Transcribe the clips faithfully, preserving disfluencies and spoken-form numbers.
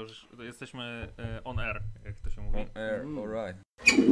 już jesteśmy on air, jak to się mówi. On air, Mm. alright.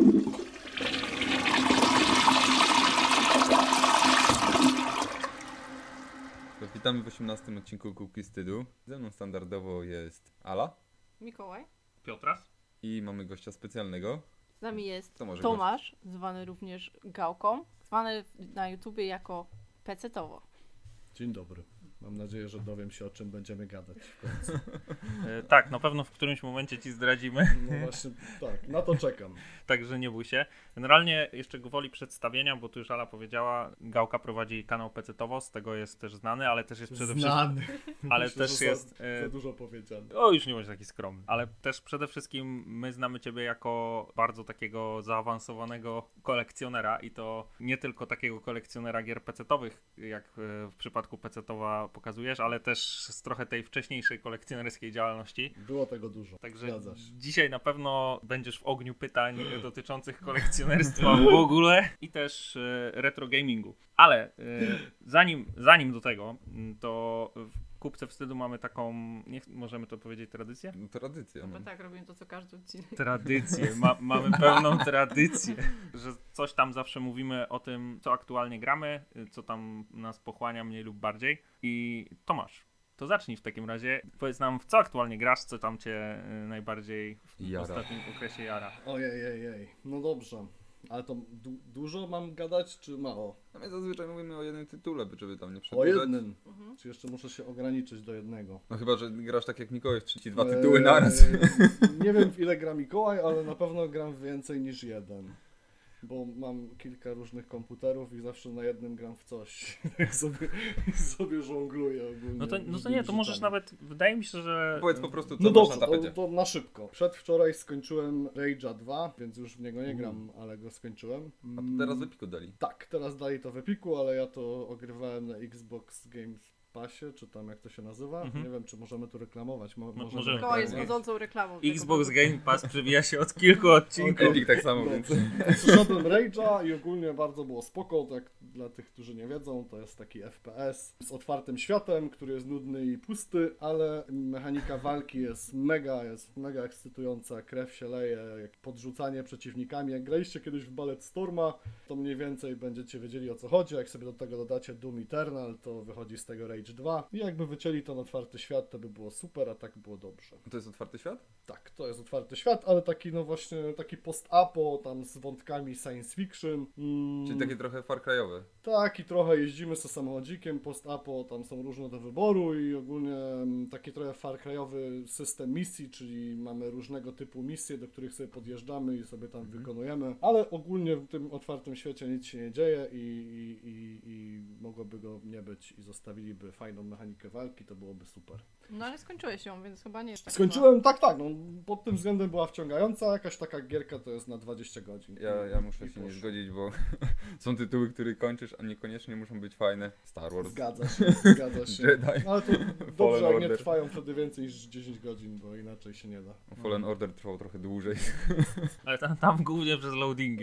Witamy w osiemnastym odcinku Kółki Wstydu. Ze mną standardowo jest Ala Mikołaj. Piotras? i mamy gościa specjalnego. Z nami jest To może Tomasz, zwany również Gałką, zwany na YouTubie jako Pecetowo. Dzień dobry. Mam nadzieję, że dowiem się, o czym będziemy gadać w końcu. E, tak, na pewno w którymś momencie ci zdradzimy, No właśnie, tak, na to czekam. także nie bój się. Generalnie jeszcze gwoli przedstawienia, bo tu już Ala powiedziała, Gałka prowadzi kanał Pecetowo, z tego jest też znany, ale też jest przede wszystkim... Znany. Ale Myślę, też że jest... Za, e, za dużo powiedziane. O, już nie bądź taki skromny. Ale też przede wszystkim my znamy ciebie jako bardzo takiego zaawansowanego kolekcjonera i to nie tylko takiego kolekcjonera gier pecetowych, jak e, w przypadku Pecetowa pokazujesz, ale też z trochę tej wcześniejszej kolekcjonerskiej działalności. Było tego dużo. Także Zgadza się. dzisiaj na pewno będziesz w ogniu pytań dotyczących kolekcjonerstwa w ogóle i też e, retro gamingu. Ale e, zanim, zanim do tego, m, to w Kupce Wstydu mamy taką, nie, możemy to powiedzieć, tradycję? No, tradycja. Bo No. tak, robimy to co każdy odcinek. Tradycję, Ma, mamy pełną tradycję, że coś tam zawsze mówimy o tym, co aktualnie gramy, co tam nas pochłania mniej lub bardziej. I Tomasz, to zacznij w takim razie, powiedz nam, w co aktualnie grasz, co tam cię y, najbardziej w Jara. ostatnim okresie jara. Ojej, ojej, ojej. No dobrze. Ale to du- dużo mam gadać, czy mało? A my zazwyczaj mówimy o jednym tytule, żeby tam nie O przedłużać. jednym. Mhm. Czy jeszcze muszę się ograniczyć do jednego? No chyba, że grasz tak jak Mikołaj w trzeci dwa Eee, tytuły naraz. Nie wiem, w ile gra Mikołaj, ale na pewno gram w więcej niż jeden. Bo mam kilka różnych komputerów i zawsze na jednym gram w coś. Jak sobie, sobie żongluję ogólnie. No to, no to różnymi nie, to możesz rzeczami. nawet, wydaje mi się, że... Powiedz po prostu, co No masz dobrze, na to, tapecie. to na szybko. Przedwczoraj skończyłem Rage'a dwa, więc już w niego nie gram, ale go skończyłem. A to teraz w Epiku dali. Tak, teraz dali to w Epiku, ale ja to ogrywałem na Xbox Games Passie, czy tam jak to się nazywa. Mhm. Nie wiem, czy możemy tu reklamować. Mo- Mo- możemy możemy. Mikołaj jest reklamować. chodzącą reklamą. Xbox tego Game Pass przewija się od kilku odcinków. Epic tak samo, No, więc... Przyszedłem Rage'a i ogólnie bardzo było spoko, tak dla tych, którzy nie wiedzą, to jest taki F P S z otwartym światem, który jest nudny i pusty, ale mechanika walki jest mega, jest mega ekscytująca, krew się leje, jak podrzucanie przeciwnikami. Jak graliście kiedyś w Ballet Storma, to mniej więcej będziecie wiedzieli, o co chodzi. Jak sobie do tego dodacie Doom Eternal, to wychodzi z tego Rage dwa. I jakby wycięli ten otwarty świat, to by było super, a tak było dobrze. To jest otwarty świat? Tak, to jest otwarty świat, ale taki no właśnie, taki post-apo, tam z wątkami science fiction. Mm, Czyli takie trochę Far Cry'owe. tak, i trochę jeździmy ze samochodzikiem, post-apo, tam są różne do wyboru i ogólnie mm, taki trochę Far Cry'owy system misji, czyli mamy różnego typu misje, do których sobie podjeżdżamy i sobie tam wykonujemy, ale ogólnie w tym otwartym świecie nic się nie dzieje i, i, i, i mogłoby go nie być i zostawiliby fajną mechanikę walki, to byłoby super. No ale skończyłeś ją, więc chyba nie jest tak. Skończyłem, tak, tak, no pod tym względem była wciągająca, jakaś taka gierka to jest na dwadzieścia godzin. Ja, ja muszę I się nie poszło. zgodzić, bo są tytuły, które kończysz, a niekoniecznie muszą być fajne. Star Wars, Zgadza się, zgadza się. Jedi, Ale to dobrze, jak nie Order. trwają wtedy więcej niż dziesięć godzin, bo inaczej się nie da. Fallen Order trwał trochę dłużej. Ale tam, tam głównie przez loadingi.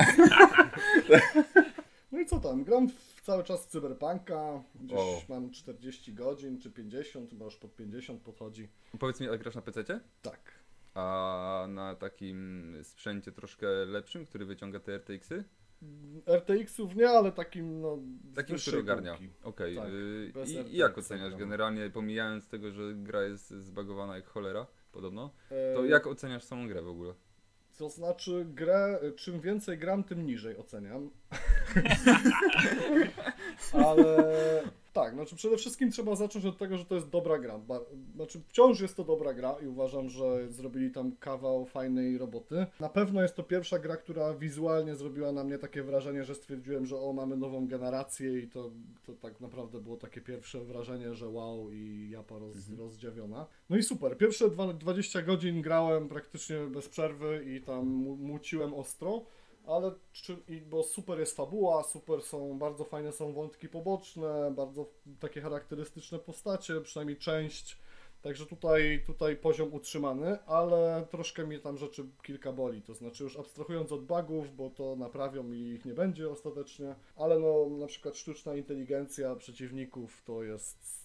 No i co tam, gram w, cały czas w Cyberpunka, gdzieś O. mam czterdzieści godzin, czy pięćdziesiąt, chyba już pod pięćdziesiąt podchodzi. Powiedz mi, a grasz na pececie? Tak. A na takim sprzęcie troszkę lepszym, który wyciąga te R T X-y? R T X-ów nie, ale takim no z Takim, wyższej który ogarnia. półki. Okej. Tak, y, bez I, R T X I jak oceniasz gram. generalnie, pomijając tego, że gra jest zbagowana jak cholera, podobno, E, to jak oceniasz samą grę w ogóle? To znaczy grę, czym więcej gram, tym niżej oceniam. Ale tak, znaczy przede wszystkim trzeba zacząć od tego, że to jest dobra gra. Ba- Znaczy wciąż jest to dobra gra i uważam, że zrobili tam kawał fajnej roboty. Na pewno jest to pierwsza gra, która wizualnie zrobiła na mnie takie wrażenie, że stwierdziłem, że o, mamy nową generację i to, to tak naprawdę było takie pierwsze wrażenie, że wow i japa roz, rozdziawiona. No i super, pierwsze dwa- dwadzieścia godzin grałem praktycznie bez przerwy i tam mu- muciłem ostro. Ale czy, i, bo super jest fabuła, super są, bardzo fajne są wątki poboczne, bardzo takie charakterystyczne postacie, przynajmniej część. Także tutaj, tutaj poziom utrzymany, ale troszkę mnie tam rzeczy kilka boli. To znaczy już abstrahując od bugów, bo to naprawią i ich nie będzie ostatecznie, ale no na przykład sztuczna inteligencja przeciwników to jest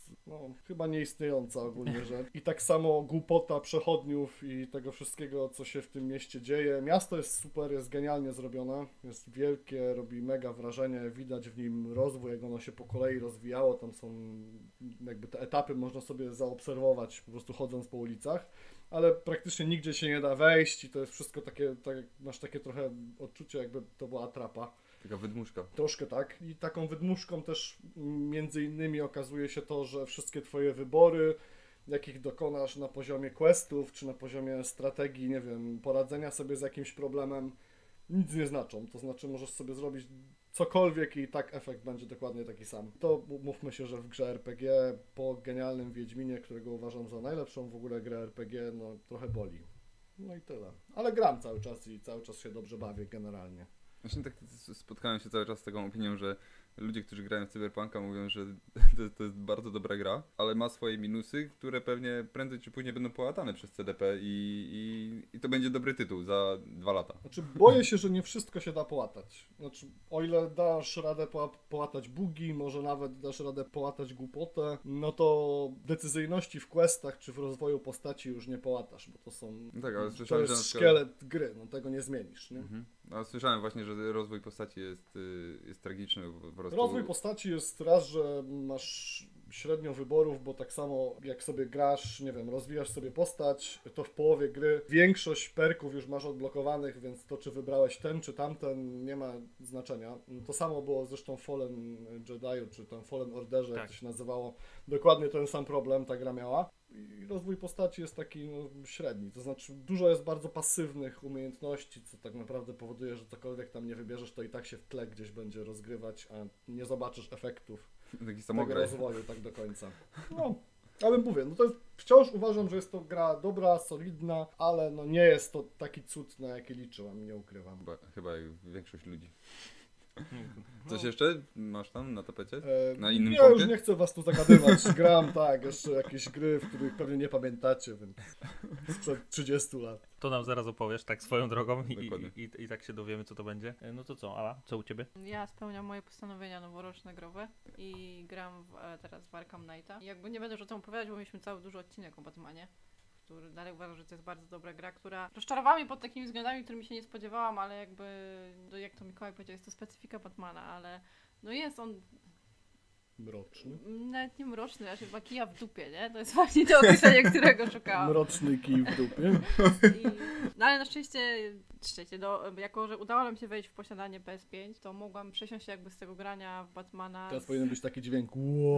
no, chyba nieistniejąca ogólnie rzecz. I tak samo głupota przechodniów i tego wszystkiego, co się w tym mieście dzieje. Miasto jest super, jest genialnie zrobione, jest wielkie, robi mega wrażenie, widać w nim rozwój, jak ono się po kolei rozwijało, tam są jakby te etapy, można sobie zaobserwować po prostu chodząc po ulicach, ale praktycznie nigdzie się nie da wejść i to jest wszystko takie, tak, masz takie trochę odczucie, jakby to była atrapa. Taka wydmuszka. Troszkę tak. I taką wydmuszką też między innymi okazuje się to, że wszystkie twoje wybory, jakich dokonasz na poziomie questów, czy na poziomie strategii, nie wiem, poradzenia sobie z jakimś problemem, nic nie znaczą. To znaczy możesz sobie zrobić cokolwiek i tak efekt będzie dokładnie taki sam. To mówmy się, że w grze er pe gie po genialnym Wiedźminie, którego uważam za najlepszą w ogóle grę er pe gie, no trochę boli. No i tyle. Ale gram cały czas i cały czas się dobrze bawię generalnie. Właśnie tak spotkałem się cały czas z taką opinią, że ludzie, którzy grają w Cyberpunka mówią, że to, to jest bardzo dobra gra, ale ma swoje minusy, które pewnie prędzej czy później będą połatane przez ce de pe i, i, i to będzie dobry tytuł za dwa lata. Znaczy boję się, że nie wszystko się da połatać. Znaczy o ile dasz radę poła- połatać bugi, może nawet dasz radę połatać głupotę, no to decyzyjności w questach czy w rozwoju postaci już nie połatasz, bo to są... No tak, ale to słyszałem, jest że na przykład- szkielet gry, no tego nie zmienisz, nie? Mhm. No, słyszałem właśnie, że rozwój postaci jest, y, jest tragiczny po prostu. Rozwój postaci jest raz, że masz średnio wyborów, bo tak samo jak sobie grasz, nie wiem, rozwijasz sobie postać, to w połowie gry większość perków już masz odblokowanych, więc to czy wybrałeś ten czy tamten nie ma znaczenia. To samo było zresztą w Fallen Jedi'u, czy tam Fallen Orderze, jak Tak. to się nazywało. Dokładnie ten sam problem ta gra miała. I rozwój postaci jest taki no, średni, to znaczy dużo jest bardzo pasywnych umiejętności, co tak naprawdę powoduje, że cokolwiek tam nie wybierzesz, to i tak się w tle gdzieś będzie rozgrywać, a nie zobaczysz efektów Taki tego samograj. rozwoju tak do końca. No, ale mówię, no to jest, wciąż uważam, że jest to gra dobra, solidna, ale no nie jest to taki cud, na jaki liczyłem, nie ukrywam. Chyba, chyba jak większość ludzi. No, Coś jeszcze masz tam na tapecie? E, Na innym nie, kompie? już nie chcę was tu zagadywać. Gram tak, jeszcze jakieś gry, w których pewnie nie pamiętacie, więc sprzed trzydziestu lat. To nam zaraz opowiesz, tak swoją drogą i, Dokładnie. i, i, i tak się dowiemy, co to będzie. E, No to co, Ala, co u ciebie? Ja spełniam moje postanowienia noworoczne growe i gram w, e, teraz w Arkham Knighta. I jakby nie będę już o tym opowiadać, bo mieliśmy cały duży odcinek o Batmanie, który dalej uważam, że to jest bardzo dobra gra, która rozczarowała mnie pod takimi względami, którymi się nie spodziewałam, ale jakby, no jak to Mikołaj powiedział, jest to specyfika Batmana, ale no jest on Mroczny. nawet nie mroczny, a chyba kija w dupie, nie? To jest właśnie to określenie, którego szukałam. Mroczny kij w dupie. I, no ale na szczęście, szczęście do, jako że udało nam się wejść w posiadanie P S pięć, to mogłam przesiąść się jakby z tego grania w Batmana, Teraz z, powinien być taki dźwięk.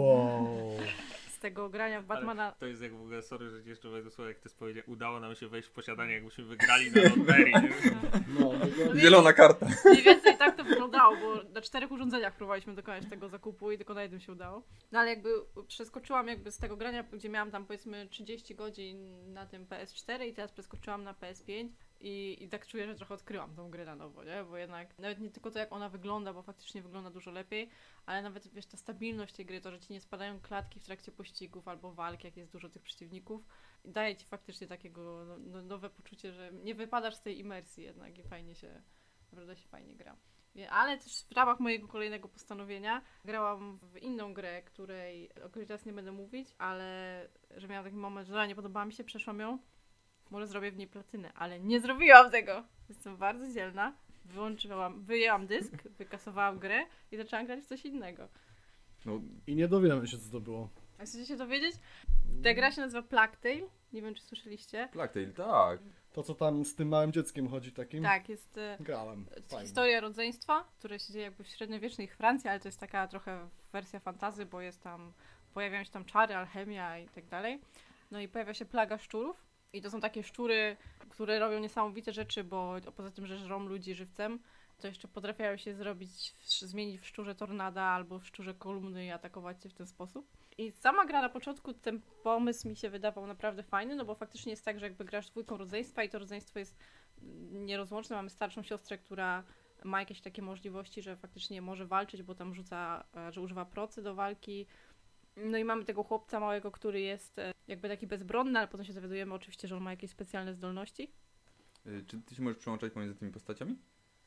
Wow. z tego grania w Batmana. To jest jak w ogóle, sorry, że ci jeszcze wejdę słowo, jak ty powiedział, udało nam się wejść w posiadanie, jakbyśmy wygrali na loterii. nie? No, no, Zielona karta. Mniej więcej tak to wyglądało, bo na czterech urządzeniach próbowaliśmy dokonać tego zakupu i tylko na jednym się udało. No ale jakby przeskoczyłam jakby z tego grania, gdzie miałam tam powiedzmy trzydzieści godzin na tym P S cztery i teraz przeskoczyłam na P S pięć i, i tak czuję, że trochę odkryłam tą grę na nowo, nie? Bo jednak nawet nie tylko to, jak ona wygląda, bo faktycznie wygląda dużo lepiej, ale nawet wiesz, ta stabilność tej gry, to, że ci nie spadają klatki w trakcie pościgów albo walk, jak jest dużo tych przeciwników, daje ci faktycznie takiego no, no, nowe poczucie, że nie wypadasz z tej imersji jednak i fajnie się, naprawdę się fajnie gra. Wie- Ale też w ramach mojego kolejnego postanowienia grałam w inną grę, której, o której teraz nie będę mówić, ale że miałam taki moment, że nie podobała mi się, przeszłam ją, może zrobię w niej platynę, ale nie zrobiłam tego. Jestem bardzo dzielna. Wyłączyłam, wyjęłam dysk, wykasowałam grę i zaczęłam grać w coś innego. No, I nie dowiemy się, co to było. A chcecie się dowiedzieć? Ta gra się nazywa Plague Tale. Nie wiem, czy słyszeliście. Plague Tale, tak. To, co tam z tym małym dzieckiem chodzi takim? Tak, jest e, Grałem. Fajnie. historia rodzeństwa, które się dzieje jakby w średniowiecznej Francji, ale to jest taka trochę wersja fantazy, bo jest tam, pojawiają się tam czary, alchemia i tak dalej. No i pojawia się plaga szczurów. I to są takie szczury, które robią niesamowite rzeczy, bo poza tym, że żrą ludzi żywcem, to jeszcze potrafiają się zrobić, w, zmienić w szczurze tornada albo w szczurze kolumny i atakować cię w ten sposób. I sama gra na początku, ten pomysł mi się wydawał naprawdę fajny, no bo faktycznie jest tak, że jakby grasz dwójką rodzeństwa i to rodzeństwo jest nierozłączne. Mamy starszą siostrę, która ma jakieś takie możliwości, że faktycznie może walczyć, bo tam rzuca, że używa procy do walki. No i mamy tego chłopca małego, który jest e, jakby taki bezbronny, ale potem się dowiadujemy oczywiście, że on ma jakieś specjalne zdolności. Y, Czy ty się możesz przełączać pomiędzy tymi postaciami?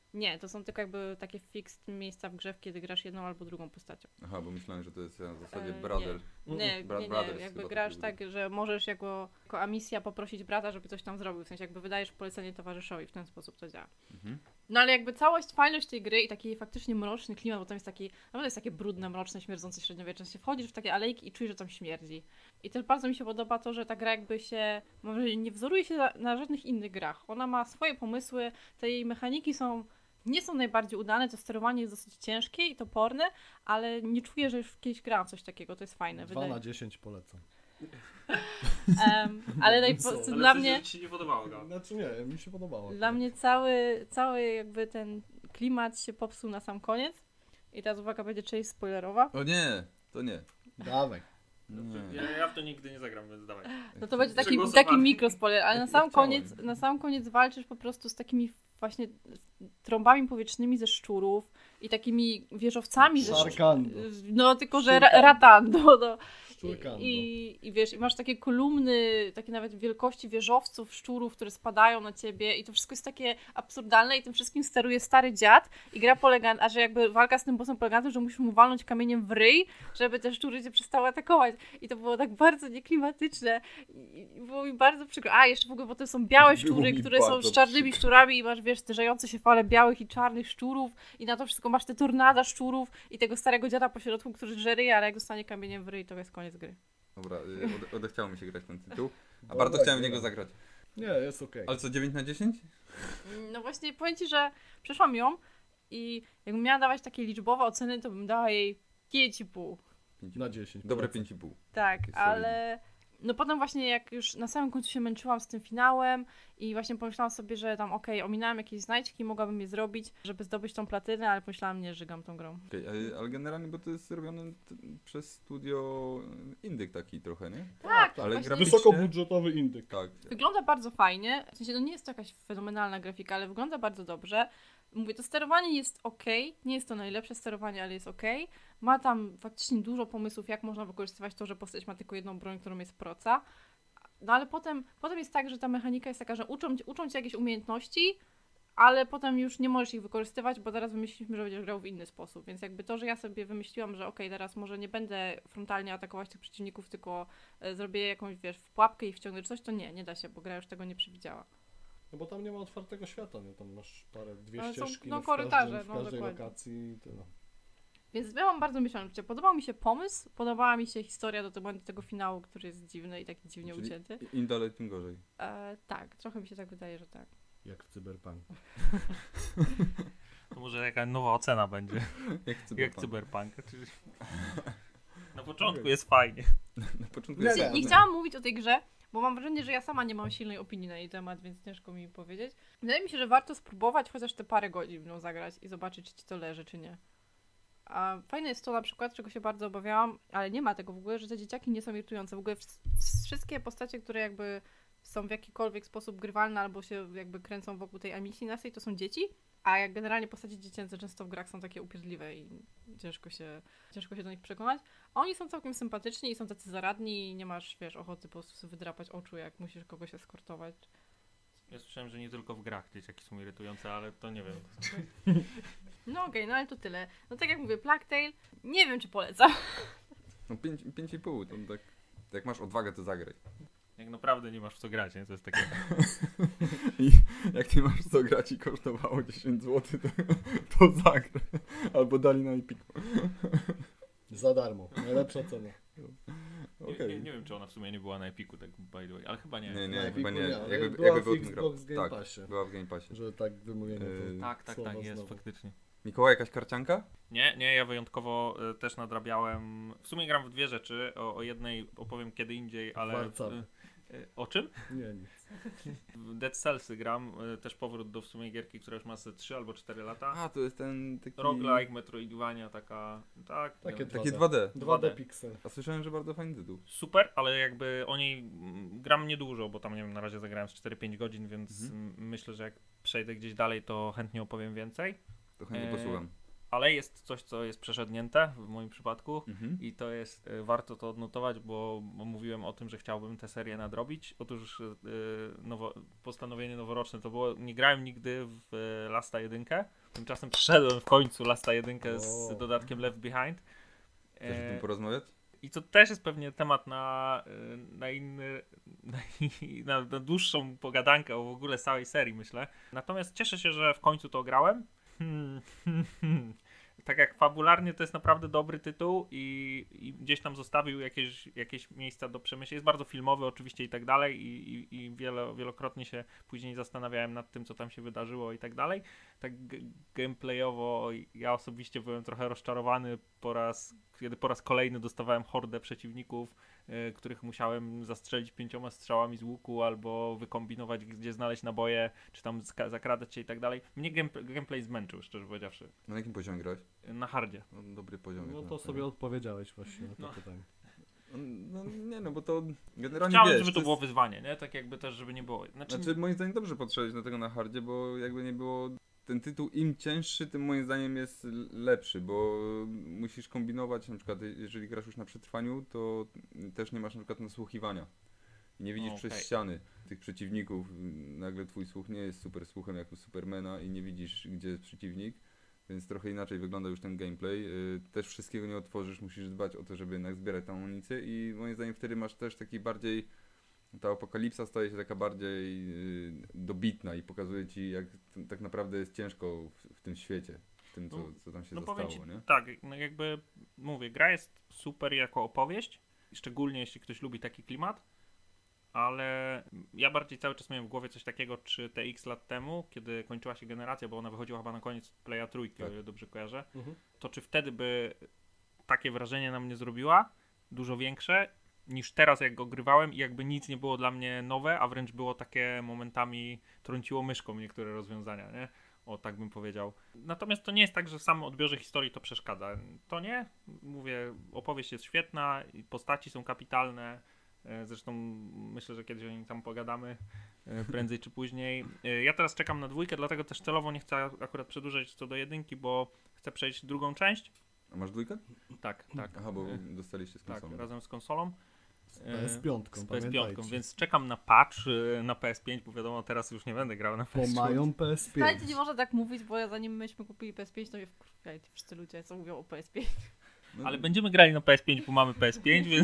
Nie, to są tylko jakby takie fixed miejsca w grze, kiedy grasz jedną albo drugą postacią. Aha, bo myślałem, że to jest na zasadzie E, brother. Nie, Bra- nie, Brothers nie. Jakby chyba grasz to tak, że możesz jako, jako amisja poprosić brata, żeby coś tam zrobił. W sensie jakby wydajesz polecenie towarzyszowi, w ten sposób to działa. Mhm. No ale jakby całość, fajność tej gry i taki faktycznie mroczny klimat, bo tam jest taki, naprawdę jest takie brudne, mroczne, śmierdzące średniowiecze. Się wchodzisz w takie alejki i czujesz, że tam śmierdzi. I też bardzo mi się podoba to, że ta gra jakby się, może nie wzoruje się na, na żadnych innych grach. Ona ma swoje pomysły, te jej mechaniki są, nie są najbardziej udane, to sterowanie jest dosyć ciężkie i toporne, ale nie czuję, że już kiedyś grałam w coś takiego, to jest fajne. dwa Wydaje. na dziesięć polecam. Um, ale najpo- Co? Ale dla coś, mnie... że ci się nie podobało go. Znaczy nie, mi się podobało. Dla mnie cały, cały jakby ten klimat się popsuł na sam koniec. I teraz uwaga, będzie część spoilerowa. O nie, to nie. Dawaj. Nie. Ja, ja w to nigdy nie zagram, więc dawaj. No to będzie taki, Przegłosowany. taki mikrospoiler, ale na sam, chciałem. koniec, na sam koniec walczysz po prostu z takimi właśnie trąbami powietrznymi ze szczurów i takimi wieżowcami ze szczurów. Szarkando. No tylko, że ra- Szczurkando. ratando. No. Szczurkando. I, I wiesz, i masz takie kolumny, takie nawet wielkości wieżowców, szczurów, które spadają na ciebie i to wszystko jest takie absurdalne i tym wszystkim steruje stary dziad i gra polega, a że jakby walka z tym bossem polega na tym, że musisz mu walnąć kamieniem w ryj, żeby te szczury cię przestały atakować. I to było tak bardzo nieklimatyczne i i było mi bardzo przykro. A, jeszcze w ogóle potem są białe Było szczury, mi które są bardzo z czarnymi przykro. szczurami i masz, wiesz, zderzające się fale białych i czarnych szczurów i na to wszystko masz te tornada szczurów i tego starego dziada po środku, który żery, ale jak dostanie kamieniem w ryj, to jest koniec gry. Dobra, y, ode- odechciało mi się grać w ten tytuł, a Dobra, bardzo chciałem w gra. niego zagrać. Nie, jest okej. Ale co, dziewięć na dziesięć? No właśnie, powiem Ci, że przeszłam ją i jakbym miała dawać takie liczbowe oceny, to bym dała jej pięć i pół. Na dziesięć. Dobre polecam. pięć i pół. Tak, Jest ale no potem właśnie jak już na samym końcu się męczyłam z tym finałem i właśnie pomyślałam sobie, że tam okej, ominęłam jakieś znajdźki, mogłabym je zrobić, żeby zdobyć tą platynę, ale pomyślałam, nie, żygam tą grą. Okay, ale, ale generalnie, bo to jest zrobione t- przez studio indyk taki trochę, nie? Tak, ale właśnie graficznie- Wysokobudżetowy indyk. Tak. wygląda bardzo fajnie, w sensie to nie jest to jakaś fenomenalna grafika, ale wygląda bardzo dobrze. Mówię, to sterowanie jest ok, nie jest to najlepsze sterowanie, ale jest ok. Ma tam faktycznie dużo pomysłów, jak można wykorzystywać to, że postać ma tylko jedną broń, którą jest proca. No ale potem, potem jest tak, że ta mechanika jest taka, że uczą, cię- uczą cię jakieś umiejętności, ale potem już nie możesz ich wykorzystywać, bo teraz wymyśliliśmy, że będziesz grał w inny sposób. Więc jakby to, że ja sobie wymyśliłam, że okej, teraz może nie będę frontalnie atakować tych przeciwników, tylko e, zrobię jakąś, wiesz, wpułapkę i wciągnę czy coś, to nie, nie da się, bo gra już tego nie przewidziała. No bo tam nie ma otwartego świata, nie? Tam masz parę, dwie Ale są, ścieżki no, w korytarze, każdym, w no, każdej dokładnie. lokacji i tyle. Więc ja mam bardzo mieszane uczucia. Podobał mi się pomysł, podobała mi się historia do tego, tego finału, który jest dziwny i taki dziwnie Czyli ucięty. Im dalej, tym gorzej. E, tak, trochę mi się tak wydaje, że tak. Jak w Cyberpunku. To może jakaś nowa ocena będzie, Jak jak cyberpunk. cyberpunk. Czyli... Na początku jest fajnie. Na początku Nie, jest... Nie, nie chciałam mówić o tej grze, bo mam wrażenie, że ja sama nie mam silnej opinii na jej temat, więc ciężko mi powiedzieć. Wydaje mi się, że warto spróbować chociaż te parę godzin w nią zagrać i zobaczyć, czy ci to leży, czy nie. A fajne jest to na przykład, czego się bardzo obawiałam, ale nie ma tego w ogóle, że te dzieciaki nie są irytujące. W ogóle wsz- wszystkie postacie, które jakby są w jakikolwiek sposób grywalne albo się jakby kręcą wokół tej emisji naszej, to są dzieci. A jak generalnie postacie dziecięce często w grach są takie upierdliwe i ciężko się, ciężko się do nich przekonać. A oni są całkiem sympatyczni i są tacy zaradni i nie masz, wiesz, ochoty po prostu sobie wydrapać oczu, jak musisz kogoś eskortować. Ja słyszałem, że nie tylko w grach dzieciaki są irytujące, ale to nie wiem. No okej, no ale to tyle. No tak jak mówię, Plague Tale, nie wiem czy polecam. No pięć, pięć i pół, to tak... Jak masz odwagę, to zagraj. Jak naprawdę nie masz w co grać, nie? To jest takie... I jak nie masz co grać i kosztowało dziesięć złotych, to, to zagraj. Albo dali na Epiku. Za darmo. Najlepsza cena. Nie, Okej. nie, nie wiem, czy ona w sumie nie była na Epiku, tak by the way, ale chyba nie. Nie, Na nie, Epiku chyba nie. nie, ale Jakby, była jakby w był ten gra. Xbox Game Tak, Passie. była w Game Passie. Że tak wymówienie Yy, to Tak, tak, słowo tak, jest, znowu. faktycznie. Mikołaj, jakaś karcianka? Nie, nie, ja wyjątkowo y, też nadrabiałem. W sumie gram w dwie rzeczy. O, o jednej opowiem kiedy indziej, ale. Warcaby. Y, y, o czym? Nie, nic. W Dead Cellsy gram. Y, też powrót do w sumie gierki, która już ma ze trzy albo cztery lata. A, to jest ten taki... Roguelike, Metroidvania, taka. Tak. Takie nie, Takie dwa dwa D. D. dwa D dwa D. pixel. A słyszałem, że bardzo fajny tytuł. Super, ale jakby o niej mm, gram niedużo, bo tam nie wiem, na razie zagrałem z cztery pięć godzin, więc Mhm. mm, myślę, że jak przejdę gdzieś dalej, to chętnie opowiem więcej. To chętnie Eee, posłucham. ale jest coś, co jest przeszednięte w moim przypadku Mhm. i to jest, y, warto to odnotować, bo, bo mówiłem o tym, że chciałbym tę serię nadrobić. Otóż y, nowo, postanowienie noworoczne to było, nie grałem nigdy w y, Lasta jedynkę, tymczasem przeszedłem w końcu Lasta jedynkę z O. dodatkiem Left Behind. Chcesz o E, tym porozmawiać? I to też jest pewnie temat na, y, na inny, na, na dłuższą pogadankę o w ogóle całej serii, myślę. Natomiast cieszę się, że w końcu to grałem. Hmm, hmm, hmm. Tak jak fabularnie to jest naprawdę dobry tytuł i, i gdzieś tam zostawił jakieś, jakieś miejsca do przemyślenia. Jest bardzo filmowy oczywiście i tak dalej i, i, i wielo, wielokrotnie się później zastanawiałem nad tym, co tam się wydarzyło i tak dalej. Tak g- gameplayowo ja osobiście byłem trochę rozczarowany po raz, kiedy po raz kolejny dostawałem hordę przeciwników, y, których musiałem zastrzelić pięcioma strzałami z łuku albo wykombinować, gdzie znaleźć naboje, czy tam ska- zakradać się i tak dalej. Mnie game- gameplay zmęczył, szczerze powiedziawszy. Na jakim poziomie grałeś? Na hardzie. No, dobry poziom. No jak to na sobie pewno. odpowiedziałeś właśnie na to No. pytanie. No nie, no bo to generalnie Chciałem, wiesz, żeby to jest- było wyzwanie, nie? Tak jakby też, żeby nie było. Znaczy, Znaczy moim zdaniem dobrze podszedłeś do tego na hardzie, bo jakby nie było, ten tytuł im cięższy, tym moim zdaniem jest l- lepszy, bo musisz kombinować, na przykład jeżeli grasz już na przetrwaniu, to też nie masz na przykład nasłuchiwania. I nie widzisz O, przez okej. ściany tych przeciwników, nagle twój słuch nie jest super słuchem jak u Supermana i nie widzisz gdzie jest przeciwnik, więc trochę inaczej wygląda już ten gameplay. Yy, Też wszystkiego nie otworzysz, musisz dbać o to, żeby jednak zbierać tą amunicję i moim zdaniem wtedy masz też taki bardziej, ta apokalipsa staje się taka bardziej yy, dobitna i pokazuje ci jak t- tak naprawdę jest ciężko w, w tym świecie, w tym co, No, co tam się no zastało, powiem ci, nie? tak, no jakby mówię, gra jest super jako opowieść, szczególnie jeśli ktoś lubi taki klimat, ale ja bardziej cały czas miałem w głowie coś takiego, czy te x lat temu, kiedy kończyła się generacja, bo ona wychodziła chyba na koniec Playa trójki, Tak. o ile dobrze kojarzę, Mhm. to czy wtedy by takie wrażenie na mnie zrobiła, dużo większe, niż teraz jak go grywałem i jakby nic nie było dla mnie nowe, a wręcz było takie momentami, trąciło myszką niektóre rozwiązania, nie? O, tak bym powiedział. Natomiast to nie jest tak, że w samym odbiorze historii to przeszkadza. To nie. Mówię, opowieść jest świetna, i postaci są kapitalne. E, Zresztą myślę, że kiedyś o nim tam pogadamy, e, prędzej czy później. E, Ja teraz czekam na dwójkę, dlatego też celowo nie chcę akurat przedłużać co do jedynki, bo chcę przejść drugą część. A masz dwójkę? Tak, tak. Aha, bo E, dostaliście z Tak, konsolą. razem z konsolą. Z P S pięć, Z P S pięć, pamiętajcie. więc czekam na patch e, na P S pięć, bo wiadomo, teraz już nie będę grał na P Bo S cztery. mają P S pięć. Słuchajcie, nie można tak mówić, bo ja zanim myśmy kupili P S pięć, to mnie wkurwiali ci wszyscy ludzie, co mówią o P S pięć. No, Ale będziemy grali na P S pięć, bo mamy P S pięć, więc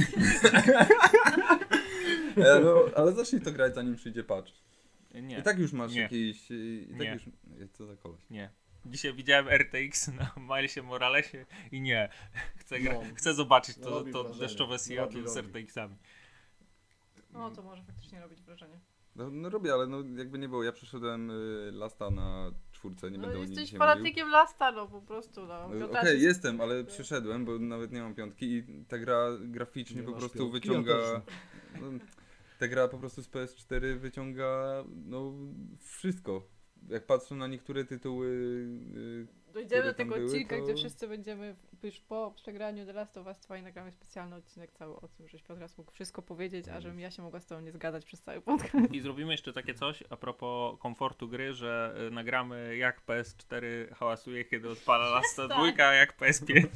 e, no, ale zacznij to grać zanim przyjdzie patch. nie, I tak już masz Nie. jakiś... I tak Nie. już... Co za koleś? nie. Dzisiaj widziałem R T X na Milesie Moralesie i nie. Chcę, gra- No. chcę zobaczyć to, Robi to wrażenie. deszczowe Seattle Robi, z robi. R T X-ami. No to może faktycznie robić wrażenie. No, no robię, ale no jakby nie było, ja przeszedłem y, Lasta na czwórce, nie No będę o nim jesteś dzisiaj mówił. fanatykiem Lasta, no po prostu, no. Y, Piotra Okej, jest- jestem, ale przeszedłem, bo nawet nie mam piątki i ta gra graficznie Nie po masz prostu piątki? wyciąga... Ja no, ta gra po prostu z P S cztery wyciąga no wszystko. Jak patrzę na niektóre tytuły... Y, Dojdziemy które do tam tego były, odcinka, to- gdzie wszyscy będziemy już po przegraniu The Last of Us dwa i nagramy specjalny odcinek cały o tym, żeś Piotras mógł wszystko powiedzieć, a żebym ja się mogła z tobą nie zgadać przez cały podcast. I zrobimy jeszcze takie coś a propos komfortu gry, że y, nagramy jak P S cztery hałasuje, kiedy odpala Lasta Przestań. dwa, a jak P S pięć.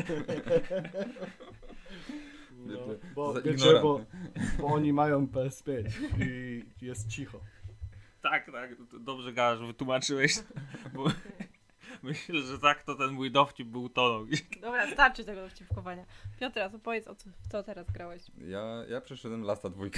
No, Za bo, wiecie, ignorant. bo, bo oni mają P S pięć i jest cicho. Tak, tak, to dobrze gadasz, wytłumaczyłeś, bo myślę, że tak to ten mój dowcip był toną. Dobra, starczy tego dowcipkowania. Piotras, opowiedz o co, w co teraz grałeś. ja, ja przeszedłem Lasta dwójkę.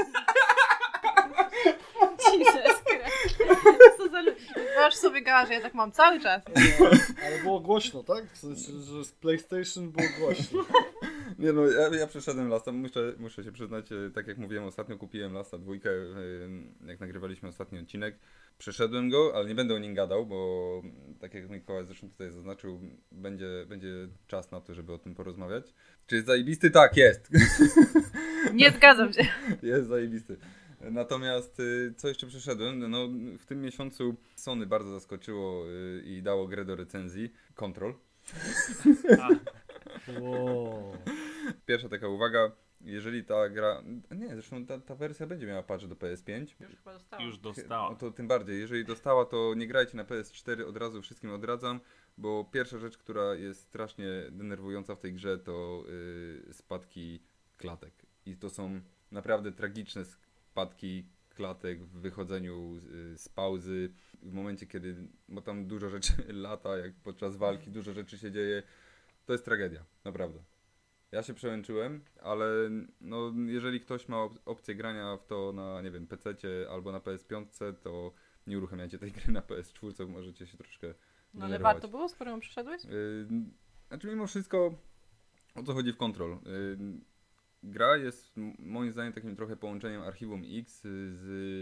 Jesus Christ. Co za lu- Masz sobie gała, że ja tak mam cały czas. Ale było głośno, tak? W sensie, że z PlayStation było głośno. Nie no, ja, ja przeszedłem Lasta, muszę, muszę się przyznać, e, tak jak mówiłem ostatnio, kupiłem Lasta dwójkę, e, jak nagrywaliśmy ostatni odcinek. Przeszedłem go, ale nie będę o nim gadał, bo mm, tak jak Mikołaj zresztą tutaj zaznaczył, będzie, będzie czas na to, żeby o tym porozmawiać. Czy jest zajebisty? Tak, jest. Nie zgadzam się. Jest zajebisty. Natomiast y, co jeszcze przeszedłem? No, w tym miesiącu Sony bardzo zaskoczyło y, i dało grę do recenzji. Control. A, Wow. Pierwsza taka uwaga. jeżeli ta gra... Nie, zresztą ta, ta wersja będzie miała patch do P S pięć. Już chyba dostałam. Już No dostała. to tym bardziej, jeżeli dostała, to nie grajcie na P S cztery, od razu wszystkim odradzam, bo pierwsza rzecz, która jest strasznie denerwująca w tej grze, to yy, spadki klatek. I to są naprawdę tragiczne spadki klatek w wychodzeniu z, z pauzy, w momencie kiedy, bo tam dużo rzeczy lata, jak podczas walki dużo rzeczy się dzieje, to jest tragedia, naprawdę. Ja się przełączyłem, ale no, jeżeli ktoś ma op- opcję grania w to na, nie wiem, pececie albo na P S pięć, to nie uruchamiajcie tej gry na P S cztery, bo możecie się troszkę No ale denerwować. warto było, skoro ją przeszedłeś? Yy, znaczy mimo wszystko, o co chodzi w Control? Yy, gra jest m- moim zdaniem takim trochę połączeniem Archiwum X z,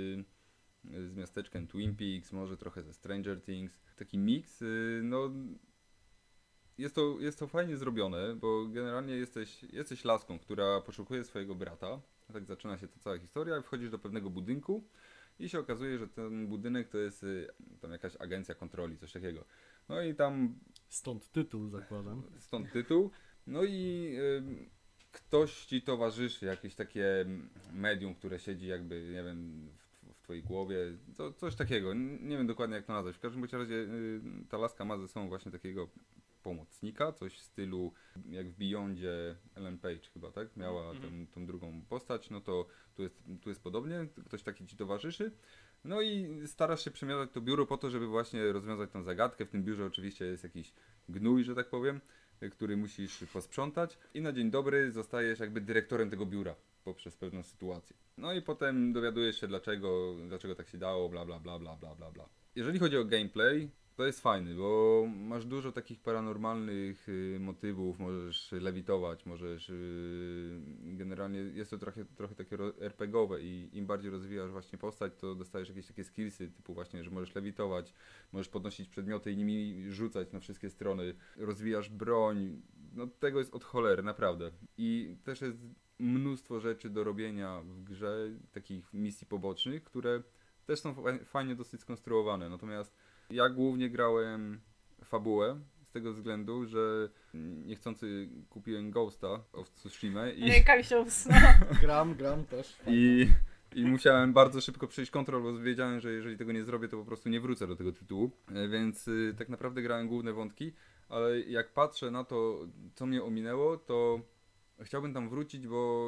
z miasteczkiem Twin Peaks, może trochę ze Stranger Things. Taki miks, yy, no jest to, jest to fajnie zrobione, bo generalnie jesteś, jesteś laską, która poszukuje swojego brata. Tak zaczyna się ta cała historia i wchodzisz do pewnego budynku i się okazuje, że ten budynek to jest y, tam jakaś agencja kontroli, coś takiego. No i tam Stąd tytuł zakładam. stąd tytuł. No i y, ktoś ci towarzyszy, jakieś takie medium, które siedzi jakby, nie wiem, w, w twojej głowie, co, coś takiego. N- Nie wiem dokładnie jak to nazwać. W każdym bądź razie y, ta laska ma ze sobą właśnie takiego pomocnika, coś w stylu jak w Beyondzie Ellen Page chyba, tak? Miała Mhm. tę, tą drugą postać, no to tu jest, tu jest podobnie, ktoś taki ci towarzyszy. No i starasz się przemiatać to biuro po to, żeby właśnie rozwiązać tą zagadkę. W tym biurze oczywiście jest jakiś gnój, że tak powiem, który musisz posprzątać i na dzień dobry zostajesz jakby dyrektorem tego biura poprzez pewną sytuację. No i potem dowiadujesz się dlaczego, dlaczego tak się dało, bla bla bla bla bla bla bla. Jeżeli chodzi o gameplay, to jest fajny, bo masz dużo takich paranormalnych y, motywów, możesz lewitować, możesz y, generalnie jest to trochę, trochę takie ro- er pe gie owe i im bardziej rozwijasz właśnie postać, to dostajesz jakieś takie skillsy typu właśnie, że możesz lewitować, możesz podnosić przedmioty i nimi rzucać na wszystkie strony, rozwijasz broń, no tego jest od cholery, naprawdę. I też jest mnóstwo rzeczy do robienia w grze, takich misji pobocznych, które też są fa- fajnie dosyć skonstruowane, natomiast ja głównie grałem fabułę z tego względu, że niechcący kupiłem Ghosta of Tsushima i, Rękami się obsunęła. Gram, gram też. i, i musiałem bardzo szybko przejść kontrol, bo wiedziałem, że jeżeli tego nie zrobię, to po prostu nie wrócę do tego tytułu, E, więc y, tak naprawdę grałem główne wątki, ale jak patrzę na to, co mnie ominęło, to chciałbym tam wrócić, bo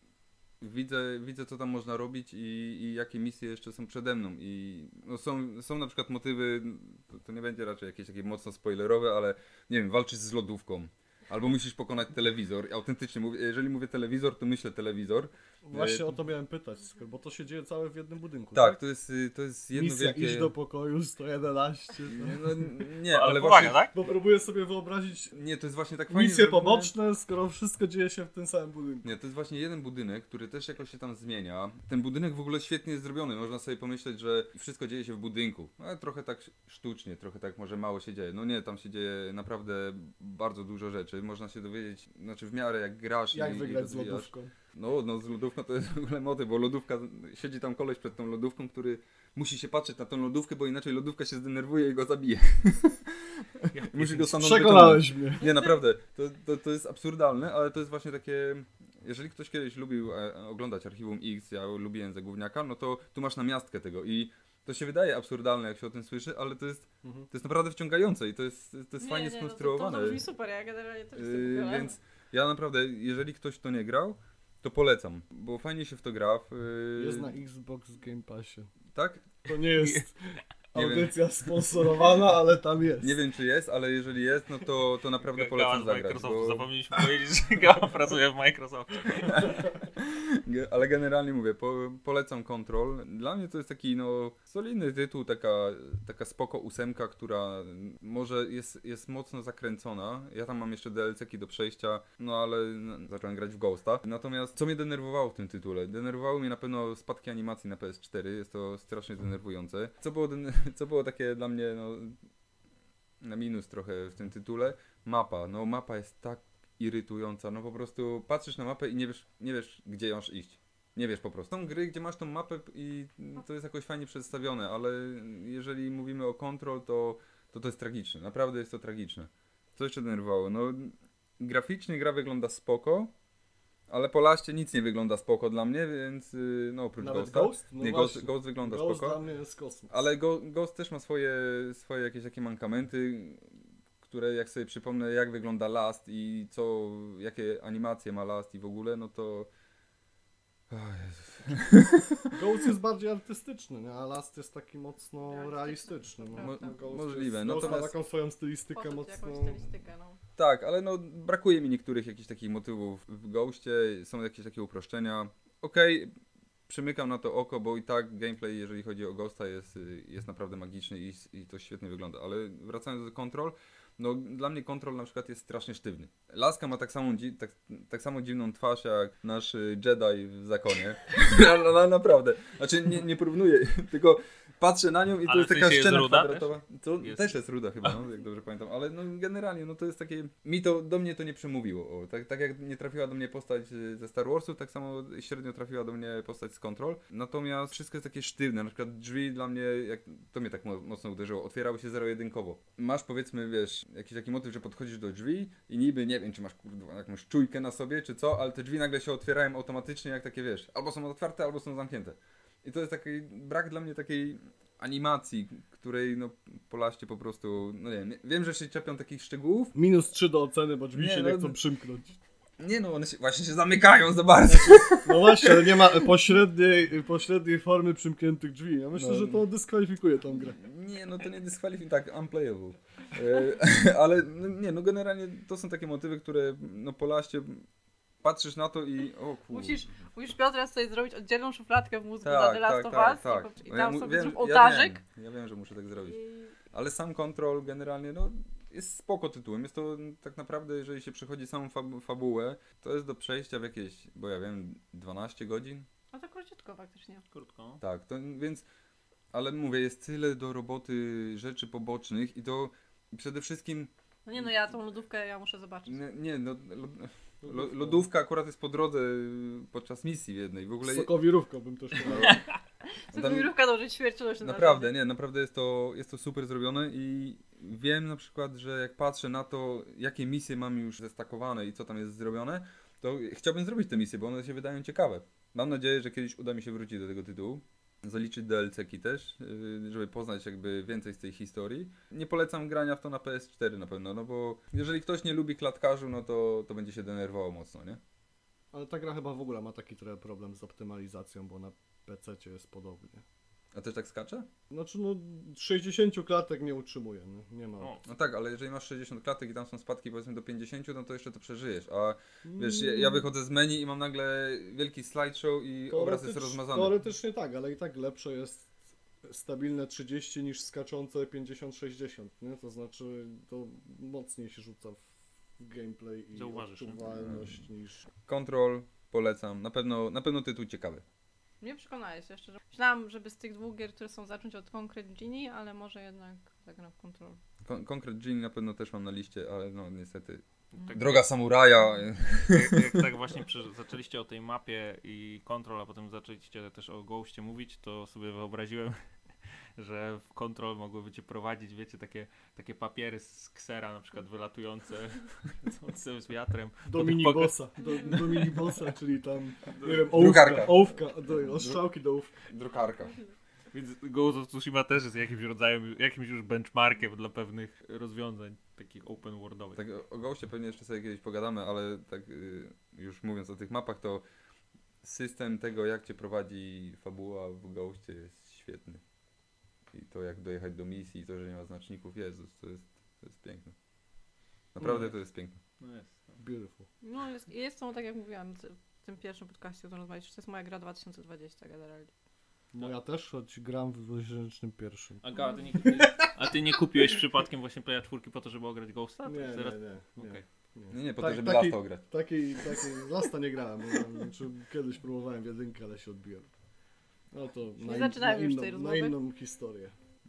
widzę, widzę co tam można robić i, i jakie misje jeszcze są przede mną i no są, są na przykład motywy, to, to nie będzie raczej jakieś takie mocno spoilerowe, ale nie wiem, walczysz z lodówką albo musisz pokonać telewizor. Autentycznie mówię, jeżeli mówię telewizor, to myślę telewizor. Właśnie o to miałem pytać, Skor, bo to się dzieje całe w jednym budynku. Tak, to jest, y, to jest jedno Misja wielkie... iść do pokoju sto jedenaście. Nie, To... no, nie, Ale ale powaga, właśnie... tak? Bo próbuję sobie wyobrazić Nie, to jest właśnie tak fajnie misje zrobione. poboczne, skoro wszystko dzieje się w tym samym budynku. Nie, to jest właśnie jeden budynek, który też jakoś się tam zmienia. Ten budynek w ogóle świetnie jest zrobiony. Można sobie pomyśleć, że wszystko dzieje się w budynku. Ale trochę tak sztucznie, trochę tak może mało się dzieje. No nie, tam się dzieje naprawdę bardzo dużo rzeczy. Można się dowiedzieć, znaczy w miarę jak grasz Jak i, wygrać i z rozwijasz. lodówką? No, no z lodówką to jest w ogóle motyw, bo lodówka, siedzi tam koleś przed tą lodówką, który musi się patrzeć na tą lodówkę, bo inaczej lodówka się zdenerwuje i go zabije. Musi go stanąć Przekonałeś mnie. nie, naprawdę, to, to, to jest absurdalne, ale to jest właśnie takie... Jeżeli ktoś kiedyś lubił e, oglądać Archiwum X, ja lubiłem za gówniaka, no to tu masz namiastkę tego i to się wydaje absurdalne, jak się o tym słyszy, ale to jest, Mhm. to jest naprawdę wciągające i to jest, to jest Nie, fajnie nie, no to- skonstruowane. To, to brzmi super, ja generalnie też jestem Yy, kupiona. więc ja naprawdę, jeżeli ktoś to nie grał, to polecam, bo fajnie się w to gra. Yy, Jest na Xbox Game Passie. Tak? To nie jest Nie wiem. audycja sponsorowana, ale tam jest. Nie wiem czy jest, ale jeżeli jest, no to, to naprawdę Gała polecam z zagrać. Microsoftu. Bo... Zapomnieliśmy powiedzieć, że Gała pracuje w Microsoftie. Ge- Ale generalnie mówię, po, polecam Control. Dla mnie to jest taki no solidny tytuł, taka, taka spoko ósemka, która może jest, jest mocno zakręcona. Ja tam mam jeszcze D L C-ki do przejścia, no ale no, zacząłem grać w Ghosta. Natomiast co mnie denerwowało w tym tytule? Denerwowały mnie na pewno spadki animacji na P S cztery, jest to strasznie denerwujące. Co było, den- co było takie dla mnie no na minus trochę w tym tytule? Mapa. No mapa jest tak irytująca, no po prostu patrzysz na mapę i nie wiesz, nie wiesz gdzie masz iść. Nie wiesz po prostu. Są gry, gdzie masz tą mapę i to jest jakoś fajnie przedstawione, ale jeżeli mówimy o Control, to to, to jest tragiczne. Naprawdę jest to tragiczne. Co jeszcze denerwowało? No graficznie gra wygląda spoko, Ale po laście nic nie wygląda spoko dla mnie, więc y, no oprócz Nawet Ghosta. Ghost? No nie, Ghost, właśnie. Ghost wygląda Ghost spoko. dla mnie jest kosmos. Ale Go, Ghost też ma swoje, swoje jakieś takie mankamenty, które jak sobie przypomnę jak wygląda Last i co, jakie animacje ma Last i w ogóle, no to... O Jezus. Ghost jest bardziej artystyczny, nie? A Last jest taki mocno Realistyczny, realistyczny. to No. prawda. No, Ghost Możliwe, Jest, Ghost ma natomiast- taką swoją stylistykę Poczuć mocno... jakąś stylistykę, no. Tak, ale no brakuje mi niektórych jakichś takich motywów w Ghostie, są jakieś takie uproszczenia. Okej, przymykam na to oko, bo i tak gameplay, jeżeli chodzi o Ghosta, jest, jest naprawdę magiczny i, i to świetnie wygląda. Ale wracając do Control, no dla mnie Control na przykład jest strasznie sztywny. Laska ma tak, samą, dzi- tak, tak samo dziwną twarz jak nasz y, Jedi w Zakonie. no, no, naprawdę. Znaczy nie, nie porównuję, tylko patrzę na nią i to Ale jest w taka sensie jest szczena ruda kwadratowa. To Jest. też jest ruda chyba, no, jak dobrze pamiętam. Ale no generalnie no to jest takie... Mi to, do mnie to nie przemówiło. O, tak, tak jak nie trafiła do mnie postać y, ze Star Warsu, tak samo średnio trafiła do mnie postać z Control. Natomiast wszystko jest takie sztywne. Na przykład drzwi dla mnie, jak to mnie tak mo- mocno uderzyło, otwierały się zero-jedynkowo. Masz powiedzmy, wiesz, jakiś taki motyw, że podchodzisz do drzwi i niby, nie wiem, czy masz kurwa jakąś czujkę na sobie, czy co, ale te drzwi nagle się otwierają automatycznie, jak takie, wiesz, albo są otwarte, albo są zamknięte. I to jest taki brak dla mnie takiej animacji, której no po laście po prostu, no nie wiem, wiem, że się czepią takich szczegółów. Minus trzy do oceny, bo drzwi Nie, się no- nie chcą przymknąć. Nie no, one się, właśnie się zamykają za bardzo. No właśnie, ale nie ma pośredniej, pośredniej formy przymkniętych drzwi. Ja myślę, No. że to dyskwalifikuje tą grę. Nie, no to nie dyskwalifikuje, tak, unplayable. E, ale no, nie, no generalnie to są takie motywy, które no po laście patrzysz na to i o kurwa. Musisz, musisz Piotra sobie zrobić oddzielną szufladkę w mózgu Tak, na The Last tak, of tak, Us tak. i, po- i No tam mu- sobie wiem, zrób ja ołtarzyk. wiem, ja wiem, że muszę tak zrobić. I... Ale sam Control generalnie, no, jest spoko tytułem. Jest to tak naprawdę, jeżeli się przechodzi samą fab- fabułę, to jest do przejścia w jakieś, bo ja wiem, dwanaście godzin. No to króciutko faktycznie. Krótko. Tak, to więc, ale mówię, jest tyle do roboty rzeczy pobocznych i to przede wszystkim, No nie no, ja tą lodówkę ja muszę zobaczyć. nie, nie no, lo, lo, lodówka akurat jest po drodze podczas misji jednej. W ogóle Z sokowirówką bym też powiedział. tam- Sokowirówka dążyć śmiercioność. Naprawdę, nie, naprawdę jest to, jest to super zrobione i wiem na przykład, że jak patrzę na to, jakie misje mam już zestakowane i co tam jest zrobione, to chciałbym zrobić te misje, bo one się wydają ciekawe. Mam nadzieję, że kiedyś uda mi się wrócić do tego tytułu, zaliczyć D L C-ki też, yy, żeby poznać jakby więcej z tej historii. Nie polecam grania w to na P S cztery na pewno, no bo jeżeli ktoś nie lubi klatkarzu, no to, to będzie się denerwował mocno, nie? Ale ta gra chyba w ogóle ma taki trochę problem z optymalizacją, bo na P C jest podobnie. A też tak skacze? Znaczy no sześćdziesiąt klatek nie utrzymuje, nie, nie ma. O, No tak, ale jeżeli masz sześćdziesiąt klatek i tam są spadki powiedzmy do pięćdziesiąt, no to jeszcze to przeżyjesz, a wiesz, ja, ja wychodzę z menu i mam nagle wielki slideshow i obraz jest Teoretycz- rozmazany. Teoretycznie tak, ale i tak lepsze jest stabilne trzydzieści niż skaczące pięćdziesiąt sześćdziesiąt, nie? To znaczy to mocniej się rzuca w gameplay i Zauważysz, nie? odczuwalność niż... Control polecam, na pewno, na pewno tytuł ciekawy. Mnie przekonałeś jeszcze, że myślałam, żeby z tych dwóch gier, które są zacząć od Concrete Genie, ale może jednak zagram w Control. Con- Concrete Genie na pewno też mam na liście, ale no niestety. tak, Droga samuraja. Jak, jak tak właśnie prze- zaczęliście o tej mapie i Control, a potem zaczęliście też o Ghostie mówić, to sobie wyobraziłem, że w Control mogłyby cię prowadzić, wiecie, takie, takie papiery z ksera na przykład wylatujące lecące z wiatrem. Do Po tych minibossa, do, do minibossa, czyli tam, nie wiem, Drukarka. ołówka, ołówka, do, ostrzałki do ołówka. Drukarka. Więc Ghost of Tsushima też jest jakimś rodzajem, jakimś już benchmarkiem dla pewnych rozwiązań takich open worldowych. Tak o, o Ghostie pewnie jeszcze sobie kiedyś pogadamy, ale tak y, już mówiąc o tych mapach, to system tego, jak cię prowadzi fabuła w Ghostie jest świetny. I to jak dojechać do misji i to, że nie ma znaczników, Jezus, to jest, to jest piękne. Naprawdę to jest piękne. No jest. Beautiful. No jest, jest to, tak jak mówiłam w tym pierwszym podcaście, o którym rozmawialiśmy, to jest moja gra dwa tysiące dwadzieścia generalnie. No ja też, choć gram w dwa tysiące pierwszym. Aga, a ty nie kupiłeś, a ty nie kupiłeś przypadkiem właśnie Playa cztery po to, żeby ograć Ghosta? Nie, nie, Teraz... nie. nie, Okej. Nie, nie, po Tak- to, żeby taki- Lasta ograć. Takiej, takiej, Lasta nie grałem, bo, znaczy, kiedyś próbowałem w jedynkę, ale się odbiłem. No to na, in, zaczynajmy na, już inną, tej na rozmowy. inną historię.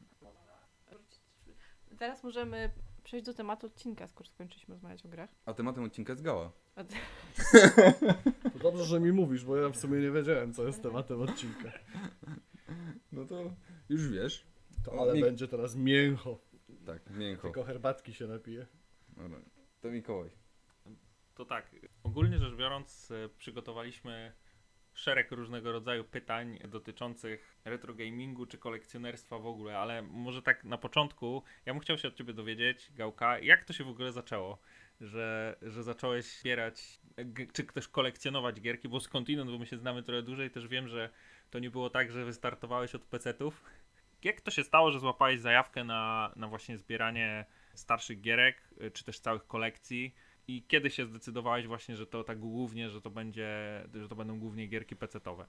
Teraz możemy przejść do tematu odcinka, skoro skończyliśmy rozmawiać o grach. A tematem odcinka jest Gała. A ty- To dobrze, że mi mówisz, bo ja w sumie nie wiedziałem, co jest tematem odcinka. No to już wiesz. To, ale Mi- będzie teraz mięcho. Tak, mięcho. Tylko herbatki się napije. Dobra. To Mikołaj. To tak, o Ogólnie rzecz biorąc, e, przygotowaliśmy szereg różnego rodzaju pytań dotyczących retro gamingu czy kolekcjonerstwa w ogóle, ale może tak na początku ja bym chciał się od ciebie dowiedzieć, Gałka, jak to się w ogóle zaczęło, że, że zacząłeś zbierać, g- czy też kolekcjonować gierki, bo skądinąd, bo my się znamy trochę dłużej, też wiem, że to nie było tak, że wystartowałeś od pecetów. Jak to się stało, że złapałeś zajawkę na, na właśnie zbieranie starszych gierek, y, czy też całych kolekcji? I kiedy się zdecydowałeś właśnie, że to tak głównie, że to będzie, że to będą głównie gierki pecetowe?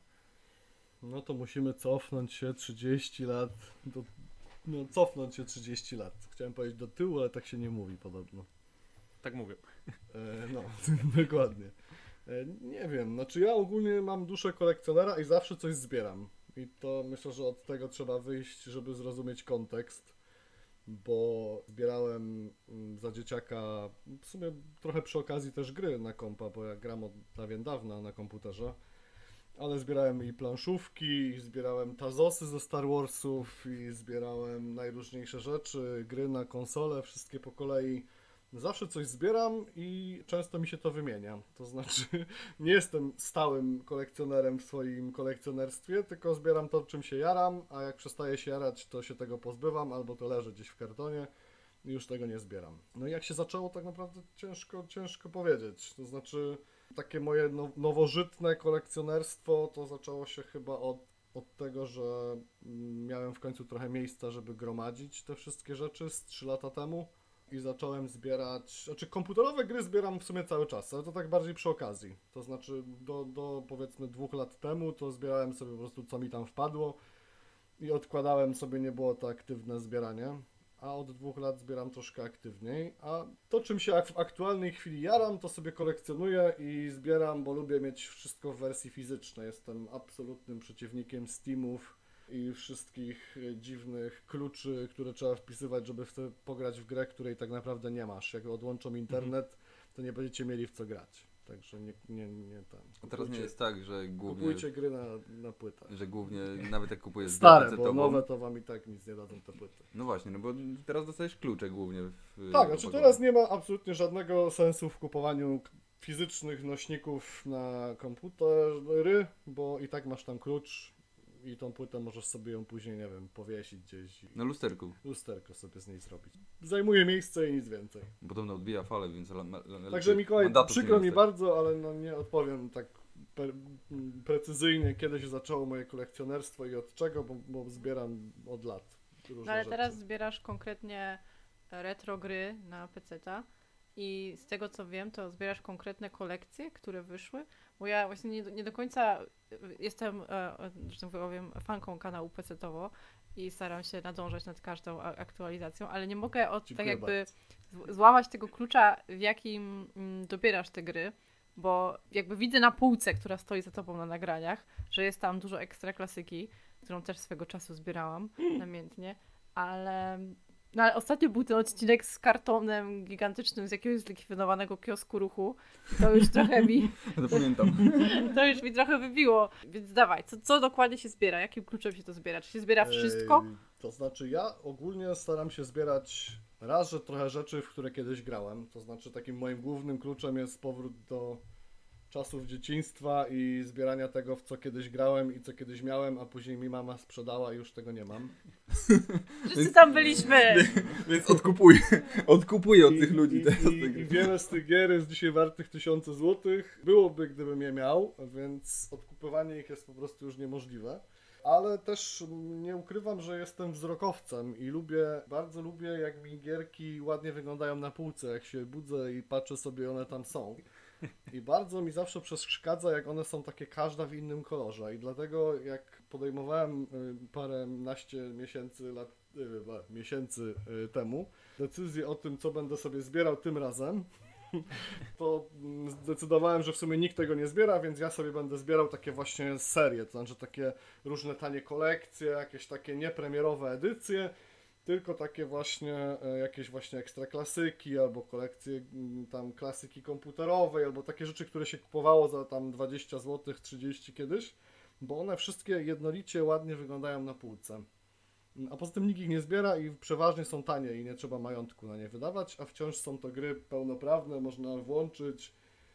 No to musimy cofnąć się trzydzieści lat, do, no cofnąć się trzydzieści lat. Chciałem powiedzieć do tyłu, ale tak się nie mówi podobno. Tak mówię. E, no, dokładnie. E, nie wiem, znaczy ja ogólnie mam duszę kolekcjonera i zawsze coś zbieram. I to myślę, że od tego trzeba wyjść, żeby zrozumieć kontekst, bo zbierałem mm, za dzieciaka, w sumie trochę przy okazji też gry na kompa, bo ja gram od dawien dawna na komputerze, ale zbierałem i planszówki, i zbierałem tazosy ze Star Warsów, i zbierałem najróżniejsze rzeczy, gry na konsole, wszystkie po kolei. Zawsze coś zbieram i często mi się to wymienia. To znaczy, nie jestem stałym kolekcjonerem w swoim kolekcjonerstwie, tylko zbieram to, czym się jaram, a jak przestaję się jarać, to się tego pozbywam, albo to leży gdzieś w kartonie i już tego nie zbieram. No i jak się zaczęło, tak naprawdę ciężko, ciężko powiedzieć. To znaczy, takie moje no, nowożytne kolekcjonerstwo to zaczęło się chyba od, od tego, że mm, miałem w końcu trochę miejsca, żeby gromadzić te wszystkie rzeczy z trzy lata temu. I zacząłem zbierać, znaczy komputerowe gry zbieram w sumie cały czas, ale to tak bardziej przy okazji. To znaczy do, do powiedzmy dwóch lat temu to zbierałem sobie po prostu co mi tam wpadło i odkładałem sobie, nie było to aktywne zbieranie, a od dwóch lat zbieram troszkę aktywniej, a to czym się ak- w aktualnej chwili jaram, to sobie kolekcjonuję i zbieram, bo lubię mieć wszystko w wersji fizycznej. Jestem absolutnym przeciwnikiem Steamów i wszystkich e, dziwnych kluczy, które trzeba wpisywać, żeby w te, pograć w grę, której tak naprawdę nie masz. Jak odłączą internet, to nie będziecie mieli w co grać. Także nie, nie, nie tam. A teraz nie jest tak, że głównie, Kupujcie gry na, na płytach. że głównie nawet jak kupujesz grę Stare, bo pecetową, nowe to wam i tak nic nie dadzą te płyty. no właśnie, no bo teraz dostajesz klucze głównie w Tak, znaczy opakowaniu. teraz nie ma absolutnie żadnego sensu w kupowaniu k- fizycznych nośników na komputery, bo i tak masz tam klucz i tą płytę możesz sobie ją później, nie wiem, powiesić gdzieś i Na lusterku. lusterko sobie z niej zrobić. Zajmuje miejsce i nic więcej. Podobno odbija falę, więc... La, la, la, Także Mikołaj, mandatów przykro nie mi dostać. bardzo, ale no nie odpowiem tak per, m, precyzyjnie, kiedy się zaczęło moje kolekcjonerstwo i od czego, bo, bo zbieram od lat różne No ale rzeczy. teraz zbierasz konkretnie retro gry na peceta i z tego co wiem, to zbierasz konkretne kolekcje, które wyszły, bo ja właśnie nie, do- nie do końca jestem, e, e, że tak powiem, fanką kanału pecetowo i staram się nadążać nad każdą a- aktualizacją, ale nie mogę od, tak Dziękuję jakby z- złamać tego klucza, w jakim mm, dobierasz te gry, bo jakby widzę na półce, która stoi za tobą na nagraniach, że jest tam dużo ekstra klasyki, którą też swego czasu zbierałam namiętnie, ale, no ale ostatnio był ten odcinek z kartonem gigantycznym z jakiegoś zlikwidowanego kiosku ruchu. To już trochę mi, To pamiętam. to już mi trochę wybiło. Więc dawaj, co, co dokładnie się zbiera? Jakim kluczem się to zbiera? Czy się zbiera wszystko? Ej, To znaczy ja ogólnie staram się zbierać raz, że trochę rzeczy, w które kiedyś grałem. To znaczy takim moim głównym kluczem jest powrót do czasów dzieciństwa i zbierania tego, w co kiedyś grałem i co kiedyś miałem, a później mi mama sprzedała i już tego nie mam. Wszyscy tam byliśmy! Więc odkupuję. Odkupuję od I, tych ludzi i, teraz. i, I wiele z tych gier jest dzisiaj wartych tysiące złotych. Byłoby, gdybym je miał, więc odkupywanie ich jest po prostu już niemożliwe. Ale też nie ukrywam, że jestem wzrokowcem i lubię, bardzo lubię, jak mi gierki ładnie wyglądają na półce, jak się budzę i patrzę sobie, one tam są. I bardzo mi zawsze przeszkadza, jak one są takie każda w innym kolorze. I dlatego jak podejmowałem y, parę naście miesięcy, lat, y, e, miesięcy y, temu decyzję o tym, co będę sobie zbierał tym razem, to mm, zdecydowałem, że w sumie nikt tego nie zbiera, więc ja sobie będę zbierał takie właśnie serie, to znaczy takie różne tanie kolekcje, jakieś takie niepremierowe edycje, tylko takie właśnie e, jakieś właśnie ekstra klasyki, albo kolekcje mm, tam klasyki komputerowej, albo takie rzeczy, które się kupowało za tam dwadzieścia złotych, trzydzieści kiedyś, bo one wszystkie jednolicie ładnie wyglądają na półce. A poza tym nikt ich nie zbiera i przeważnie są tanie i nie trzeba majątku na nie wydawać, a wciąż są to gry pełnoprawne, można włączyć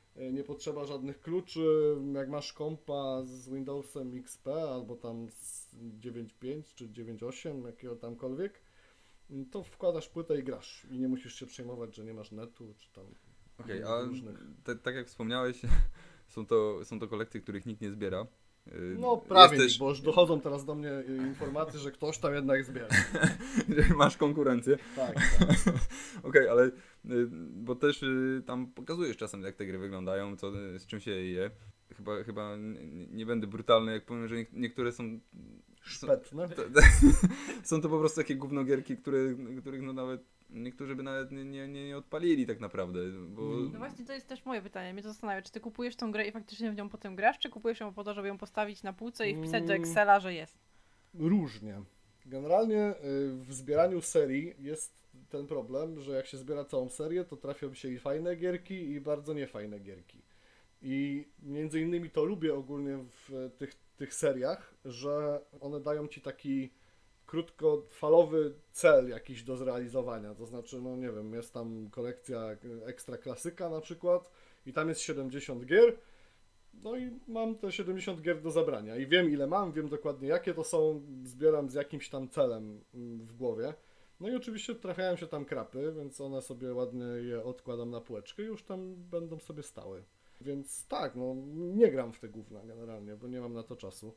nie potrzeba żadnych kluczy, jak masz kompa z Windowsem X P albo tam z dziewięć pięć czy dziewięć osiem, jakiego tamkolwiek, to wkładasz płytę i grasz i nie musisz się przejmować, że nie masz netu czy tam Okej, a różnych. te, tak jak wspomniałeś, są to, są to kolekcje, których nikt nie zbiera. Yy, No prawie, Jesteś... bo już dochodzą teraz do mnie informacje, że ktoś tam jednak zbiera. Masz konkurencję. Tak, tak. Okej, ale y, bo też y, tam pokazujesz czasem, jak te gry wyglądają, co, z czym się je. Chyba, chyba nie, nie będę brutalny, jak powiem, że nie, niektóre są... Szpetne. Są, to, są to po prostu takie gównogierki, które, których no nawet niektórzy by nawet nie, nie, nie odpalili tak naprawdę, bo... No właśnie to jest też moje pytanie, mnie to zastanawia, czy ty kupujesz tą grę i faktycznie w nią potem grasz, czy kupujesz ją po to, żeby ją postawić na półce i wpisać do Excela, że jest? Różnie. Generalnie y, w zbieraniu serii jest ten problem, że jak się zbiera całą serię, to trafią się i fajne gierki, i bardzo niefajne gierki. I między innymi to lubię ogólnie w tych, tych seriach, że one dają ci taki krótkofalowy cel jakiś do zrealizowania. To znaczy, no nie wiem, jest tam kolekcja ekstra klasyka na przykład i tam jest siedemdziesiąt gier. No i mam te siedemdziesiąt gier do zabrania i wiem ile mam, wiem dokładnie jakie to są, zbieram z jakimś tam celem w głowie. No i oczywiście trafiają się tam krapy, więc one sobie ładnie je odkładam na półeczkę i już tam będą sobie stały. Więc tak, no nie gram w te gówna generalnie, bo nie mam na to czasu.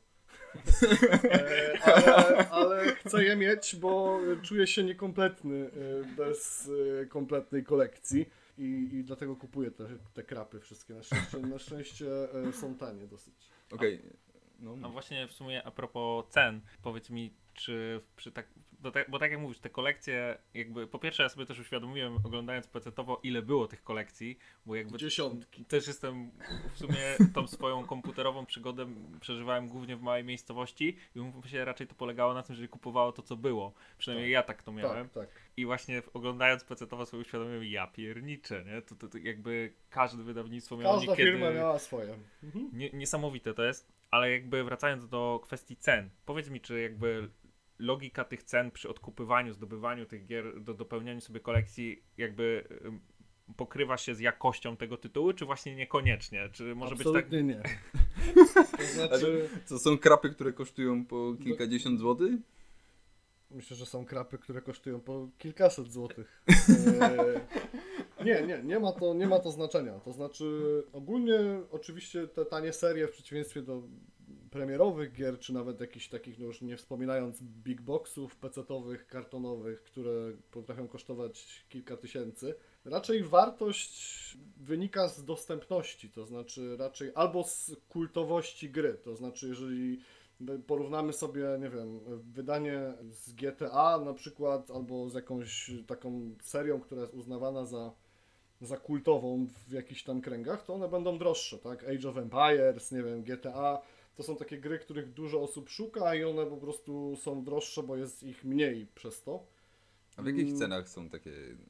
E, ale, ale chcę je mieć, bo czuję się niekompletny e, bez e, kompletnej kolekcji. I, I dlatego kupuję te, te krapy wszystkie. Na szczęście, na szczęście e, są tanie dosyć. Okej. No, No właśnie w sumie a propos cen, powiedz mi, czy przy tak, bo tak, bo tak jak mówisz, te kolekcje, jakby po pierwsze ja sobie też uświadomiłem, oglądając pecetowo, ile było tych kolekcji, bo jakby Dziesiątki. też jestem w sumie tą swoją komputerową przygodę przeżywałem głównie w małej miejscowości i umówmy się, raczej to polegało na tym, że kupowało to, co było. Przynajmniej Tak. ja tak to miałem. Tak, tak. I właśnie oglądając pecetowo sobie uświadomiłem, ja pierniczę, nie? To, to, to jakby każde wydawnictwo miało Każda niekiedy... firma miała swoje. Mhm. Nie, niesamowite to jest, ale jakby wracając do kwestii cen, powiedz mi, czy jakby logika tych cen przy odkupywaniu, zdobywaniu tych gier, do dopełnianiu sobie kolekcji jakby ym, pokrywa się z jakością tego tytułu, czy właśnie niekoniecznie? Czy może Absolutnie być tak... nie. To znaczy, to są krapy, które kosztują po kilkadziesiąt złotych? myślę, że są krapy, które kosztują po kilkaset złotych. E, nie, nie, nie ma, to, nie ma to znaczenia. To znaczy, ogólnie oczywiście te tanie serie w przeciwieństwie do premierowych gier, czy nawet jakichś takich, no już nie wspominając big boxów pecetowych, kartonowych, które potrafią kosztować kilka tysięcy, raczej wartość wynika z dostępności, to znaczy raczej albo z kultowości gry, to znaczy jeżeli porównamy sobie, nie wiem, wydanie z G T A na przykład, albo z jakąś taką serią, która jest uznawana za, za kultową w jakichś tam kręgach, to one będą droższe, tak? Age of Empires, nie wiem, G T A, to są takie gry, których dużo osób szuka i one po prostu są droższe, bo jest ich mniej przez to. A w jakich Mm. cenach są takie...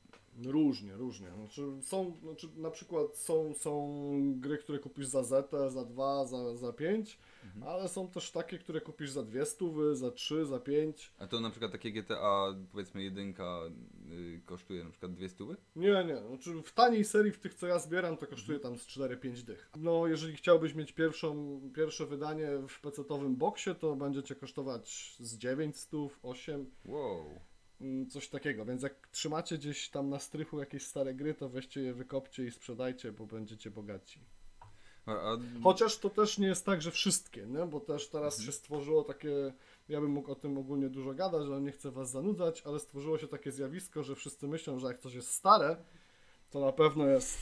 Różnie, różnie. Znaczy są, znaczy na przykład są, są gry, które kupisz za zetę, za dwa, za, za pięć, Mhm. ale są też takie, które kupisz za dwie stówy, za trzy, za pięć. A to na przykład takie G T A, powiedzmy jedynka, y, kosztuje na przykład dwie stówy? Nie, nie. Znaczy w taniej serii, w tych co ja zbieram, to kosztuje tam z cztery pięć dych. No jeżeli chciałbyś mieć pierwszą, pierwsze wydanie w pecetowym boksie, to będzie cię kosztować z dziewięć stów, osiem. Wow. Coś takiego, więc jak trzymacie gdzieś tam na strychu jakieś stare gry, to weźcie je, wykopcie i sprzedajcie, bo będziecie bogaci. A, a... Chociaż to też nie jest tak, że wszystkie, nie? Bo też teraz się stworzyło takie, ja bym mógł o tym ogólnie dużo gadać, ale nie chcę was zanudzać, ale stworzyło się takie zjawisko, że wszyscy myślą, że jak coś jest stare, to na pewno jest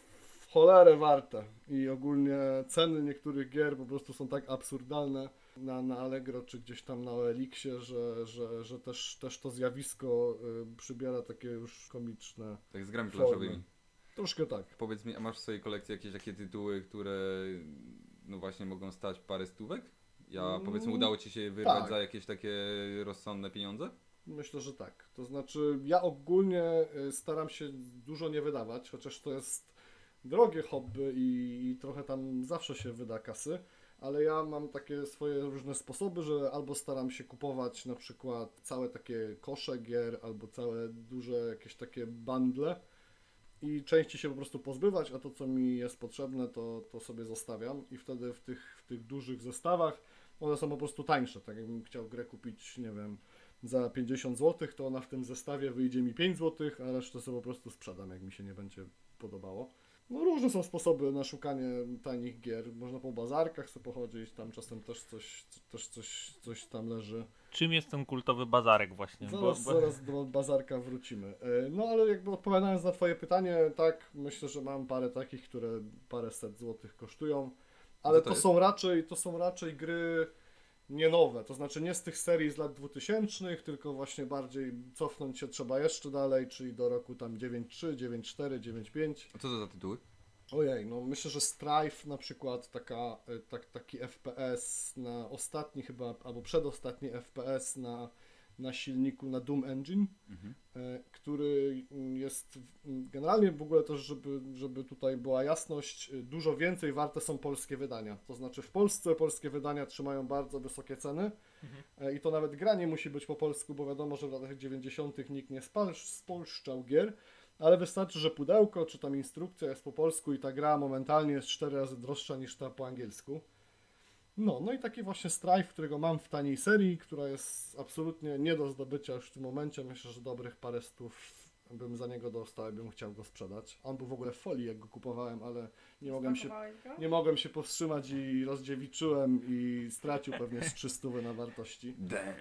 w cholerę warte i ogólnie ceny niektórych gier po prostu są tak absurdalne na, na Allegro czy gdzieś tam na O L X-ie, że, że, że też, też to zjawisko y, przybiera takie już komiczne Tak z grami formy. planszowymi. Troszkę tak. Powiedz mi, a masz w swojej kolekcji jakieś takie tytuły, które no właśnie mogą stać parę stówek? Ja Mm, powiedzmy udało ci się je wyrwać tak. za jakieś takie rozsądne pieniądze? Myślę, że tak. To znaczy, ja ogólnie y, staram się dużo nie wydawać, chociaż to jest drogie hobby i, i trochę tam zawsze się wyda kasy, ale ja mam takie swoje różne sposoby, że albo staram się kupować na przykład całe takie kosze gier, albo całe duże jakieś takie bundle i części się po prostu pozbywać, a to co mi jest potrzebne to, to sobie zostawiam i wtedy w tych, w tych dużych zestawach one są po prostu tańsze, tak jakbym chciał grę kupić, nie wiem, za pięćdziesiąt złotych, to ona w tym zestawie wyjdzie mi pięć złotych, a resztę sobie po prostu sprzedam, jak mi się nie będzie podobało. No różne są sposoby na szukanie tanich gier. Można po bazarkach sobie pochodzić, tam czasem też coś, też coś, coś tam leży. Czym jest ten kultowy bazarek właśnie? Zaraz, Bo, bo... zaraz do bazarka wrócimy. E, No ale jakby odpowiadając na twoje pytanie, tak, myślę, że mam parę takich, które parę set złotych kosztują, ale Co to to jest? są raczej, to są raczej gry nie nowe, to znaczy nie z tych serii z lat dwutysięcznych, tylko właśnie bardziej cofnąć się trzeba jeszcze dalej, czyli do roku tam dziewięć trzy, dziewięć cztery, dziewięć pięć. A co to za tytuły? Ojej, no myślę, że Strife na przykład, taka, y, tak, taki F P S na ostatni chyba, albo przedostatni F P S na, na silniku, na Doom Engine, Mhm. y, który jest w- generalnie w ogóle też, żeby, żeby tutaj była jasność, y, dużo więcej warte są polskie wydania. To znaczy w Polsce polskie wydania trzymają bardzo wysokie ceny y, i to nawet gra nie musi być po polsku, bo wiadomo, że w latach dziewięćdziesiątych nikt nie spal- spolszczał gier. Ale wystarczy, że pudełko czy tam instrukcja jest po polsku i ta gra momentalnie jest cztery razy droższa niż ta po angielsku. No, no i taki właśnie Strife, którego mam w taniej serii, która jest absolutnie nie do zdobycia już w tym momencie. Myślę, że dobrych parę stów bym za niego dostał, jakbym chciał go sprzedać. On był w ogóle w folii, jak go kupowałem, ale nie mogłem się, Spakowałeś go? nie mogłem się powstrzymać i rozdziewiczyłem i stracił pewnie z trzysta na wartości.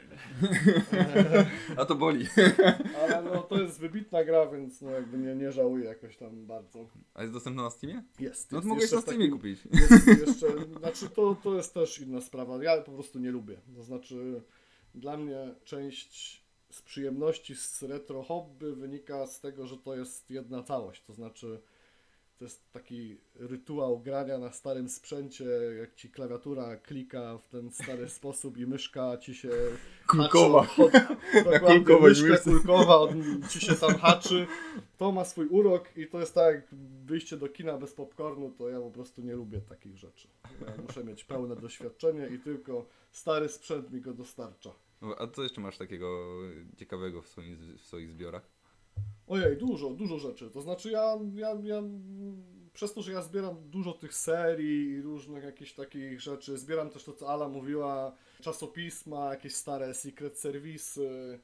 A to boli. Ale no, to jest wybitna gra, więc no jakby nie, nie żałuję jakoś tam bardzo. A jest dostępna na Steamie? Jest. No jest to mogłeś jeszcze na w Steamie takim- kupić. Jest jeszcze, znaczy to, to jest też inna sprawa. Ja po prostu nie lubię. To znaczy dla mnie część z przyjemności z retro hobby wynika z tego, że to jest jedna całość. To znaczy to jest taki rytuał grania na starym sprzęcie, jak ci klawiatura klika w ten stary sposób i myszka ci się Kulkowa. haczy od, od, dokładnie, kulkowej myszka myszce. kulkowa od, ci się tam haczy. To ma swój urok i to jest tak jak wyjście do kina bez popcornu, to ja po prostu nie lubię takich rzeczy. Ja muszę mieć pełne doświadczenie i tylko stary sprzęt mi go dostarcza. No, a co jeszcze masz takiego ciekawego w swoich, w swoich zbiorach? Ojej, dużo, dużo rzeczy. To znaczy ja, ja, ja przez to, że ja zbieram dużo tych serii i różnych jakichś takich rzeczy, zbieram też to, co Ala mówiła, czasopisma, jakieś stare Secret Serwisy.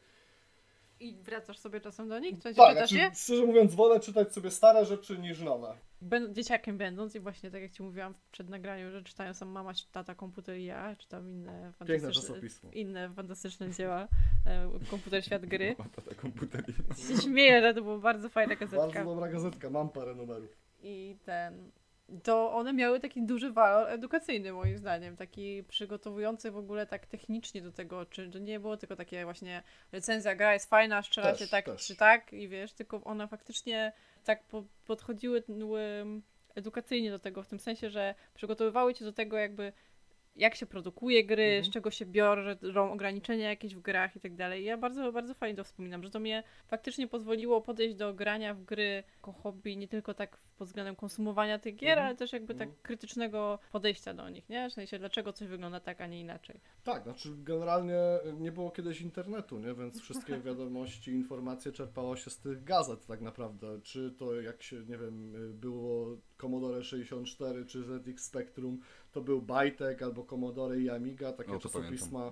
I wracasz sobie czasem do nich? Czy Tak, czytasz znaczy, je? szczerze mówiąc, wolę czytać sobie stare rzeczy niż nowe. Będ- dzieciakiem będąc i właśnie tak jak Ci mówiłam przed nagraniem, że czytają sam mama, tata, komputer i ja, czytam inne Piękne fantastyczne, czasopismo. inne fantastyczne dzieła, e, komputer, świat gry. Tata komputery. Się śmieję, że to była bardzo fajna Bardzo gazetka. dobra gazetka, mam parę numerów. I ten... To one miały taki duży walor edukacyjny moim zdaniem, taki przygotowujący w ogóle tak technicznie do tego, czy to nie było tylko takie właśnie recenzja, gra jest fajna, strzelacie Też, tak też. czy tak i wiesz, tylko one faktycznie tak po, podchodziły um, edukacyjnie do tego, w tym sensie, że przygotowywały cię do tego jakby jak się produkuje gry, Mhm. z czego się biorą ograniczenia jakieś w grach i tak dalej. Ja bardzo, bardzo fajnie to wspominam, że to mnie faktycznie pozwoliło podejść do grania w gry jako hobby, nie tylko tak pod względem konsumowania tych gier, Mhm. ale też jakby tak Mhm. krytycznego podejścia do nich, nie? W sensie, dlaczego coś wygląda tak, a nie inaczej. Tak, znaczy generalnie nie było kiedyś internetu, nie? Więc wszystkie wiadomości, informacje czerpało się z tych gazet tak naprawdę. Czy to jak się, nie wiem, było Commodore sześćdziesiąt cztery czy Z X Spectrum, to był Bajtek albo Commodore i Amiga, takie O, to czasopisma.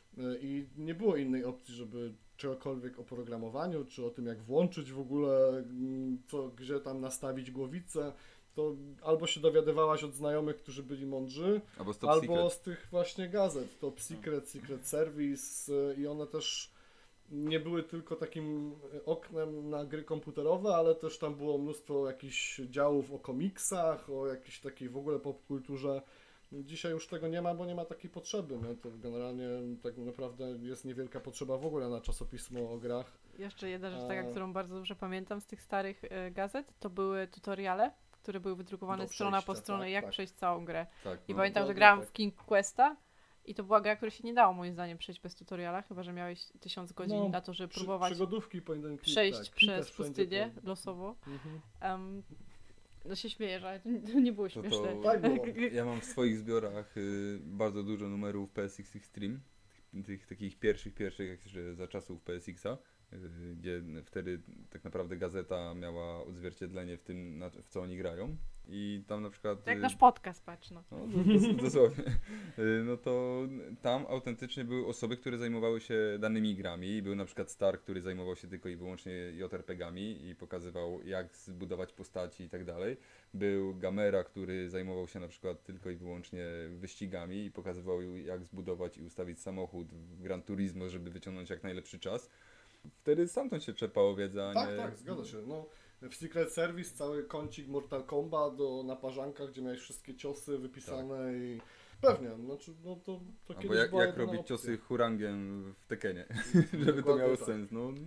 I nie było innej opcji, żeby czegokolwiek o programowaniu, czy o tym jak włączyć w ogóle, mm, co, gdzie tam nastawić głowicę. To albo się dowiadywałaś od znajomych, którzy byli mądrzy, Albo Stop albo Secret. z tych właśnie gazet, Top Secret, Secret Service y, i one też nie były tylko takim oknem na gry komputerowe, ale też tam było mnóstwo jakichś działów o komiksach, o jakiejś takiej w ogóle popkulturze. Dzisiaj już tego nie ma, bo nie ma takiej potrzeby. Nie? To generalnie tak naprawdę jest niewielka potrzeba w ogóle na czasopismo o grach. Jeszcze jedna rzecz, A- taka, którą bardzo dobrze pamiętam z tych starych e, gazet, to były tutoriale, które były wydrukowane Do strona po przejścia, stronie, tak, jak tak. przejść całą grę. Tak, I no. pamiętam, że dokładnie grałam tak. w King Questa i to była gra, która się nie dało moim zdaniem przejść bez tutoriala, chyba że miałeś tysiąc godzin No, na to, żeby Przy, próbować przygodówki po jeden klik, przejść tak. przez Klikasz wszędzie pustynię po- losowo. Mhm. Um, no się śmieję, że to nie było To, śmieszne. to Tak było. ja mam w swoich zbiorach y, bardzo dużo numerów P S X Extreme, tych, tych takich pierwszych, pierwszych jak jeszcze za czasów P S X a, yy, gdzie wtedy tak naprawdę gazeta miała odzwierciedlenie w tym, na, w co oni grają. I tam na przykład... To jak yy, nasz podcast, patrz no. No, dos- dosłownie. Y, No to tam autentycznie były osoby, które zajmowały się danymi grami. Był na przykład Star, który zajmował się tylko i wyłącznie J R P G-ami i pokazywał, jak zbudować postaci i tak dalej. Był Gamera, który zajmował się na przykład tylko i wyłącznie wyścigami i pokazywał, jak zbudować i ustawić samochód w Gran Turismo, żeby wyciągnąć jak najlepszy czas. Wtedy stamtąd się czerpało wiedza, a Tak, nie... tak, zgadza się. No, w Secret Service cały kącik Mortal Kombat do naparzanka, gdzie miałeś wszystkie ciosy wypisane i pewnie, znaczy, no to, to Albo kiedyś jak, była jak jedyna robić opcja. ciosy hurangiem w Tekenie, żeby to Dokładnie miało tak. sens. No,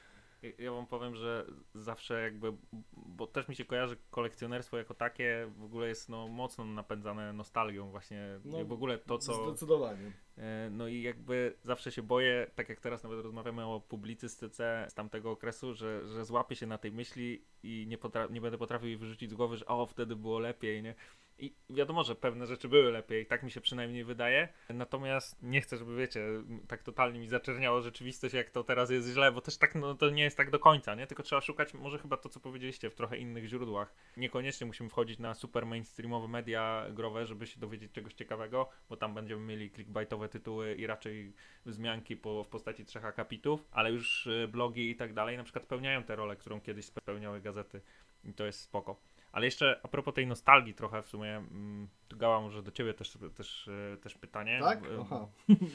Ja wam powiem, że zawsze jakby, bo też mi się kojarzy kolekcjonerstwo jako takie w ogóle jest no mocno napędzane nostalgią właśnie, No, w ogóle to co, Zdecydowanie. e, no i jakby zawsze się boję, tak jak teraz nawet rozmawiamy o publicystyce z tamtego okresu, że, że złapię się na tej myśli i nie, potra- nie będę potrafił jej wyrzucić z głowy, że o wtedy było lepiej, nie? I wiadomo, że pewne rzeczy były lepiej, tak mi się przynajmniej wydaje. Natomiast nie chcę, żeby wiecie, tak totalnie mi zaczerniało rzeczywistość, jak to teraz jest źle, bo też tak, no to nie jest tak do końca, nie? Tylko trzeba szukać, może chyba to, co powiedzieliście, w trochę innych źródłach. Niekoniecznie musimy wchodzić na super mainstreamowe media growe, żeby się dowiedzieć czegoś ciekawego, bo tam będziemy mieli clickbaitowe tytuły i raczej wzmianki po, w postaci trzech akapitów, ale już y, blogi i tak dalej na przykład spełniają tę rolę, którą kiedyś spełniały gazety i to jest spoko. Ale jeszcze a propos tej nostalgii trochę w sumie, mm, tu Gała, może do ciebie też, też, e, też pytanie. Tak? E, Aha.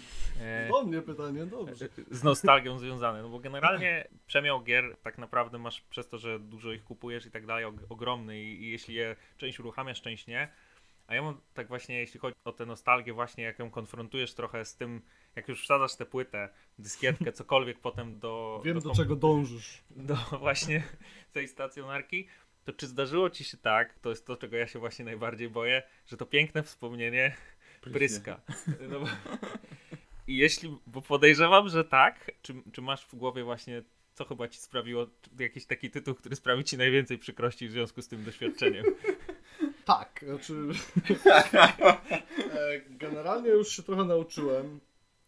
e, Do mnie pytanie, dobrze. z nostalgią związane, no bo generalnie przemiał gier tak naprawdę masz przez to, że dużo ich kupujesz i tak dalej, og- ogromny i, i jeśli je część uruchamiasz, część nie. A ja mam tak właśnie, jeśli chodzi o tę nostalgię właśnie, jak ją konfrontujesz trochę z tym, jak już wsadzasz tę płytę, dyskietkę, cokolwiek potem do... Wiem, do, do kom- czego dążysz. do właśnie tej stacjonarki, to czy zdarzyło ci się tak, to jest to, czego ja się właśnie najbardziej boję, że to piękne wspomnienie pryska. No bo, i jeśli, bo podejrzewam, że tak, czy, czy masz w głowie właśnie, co chyba ci sprawiło, jakiś taki tytuł, który sprawił ci najwięcej przykrości w związku z tym doświadczeniem? Tak, znaczy... E, Generalnie już się trochę nauczyłem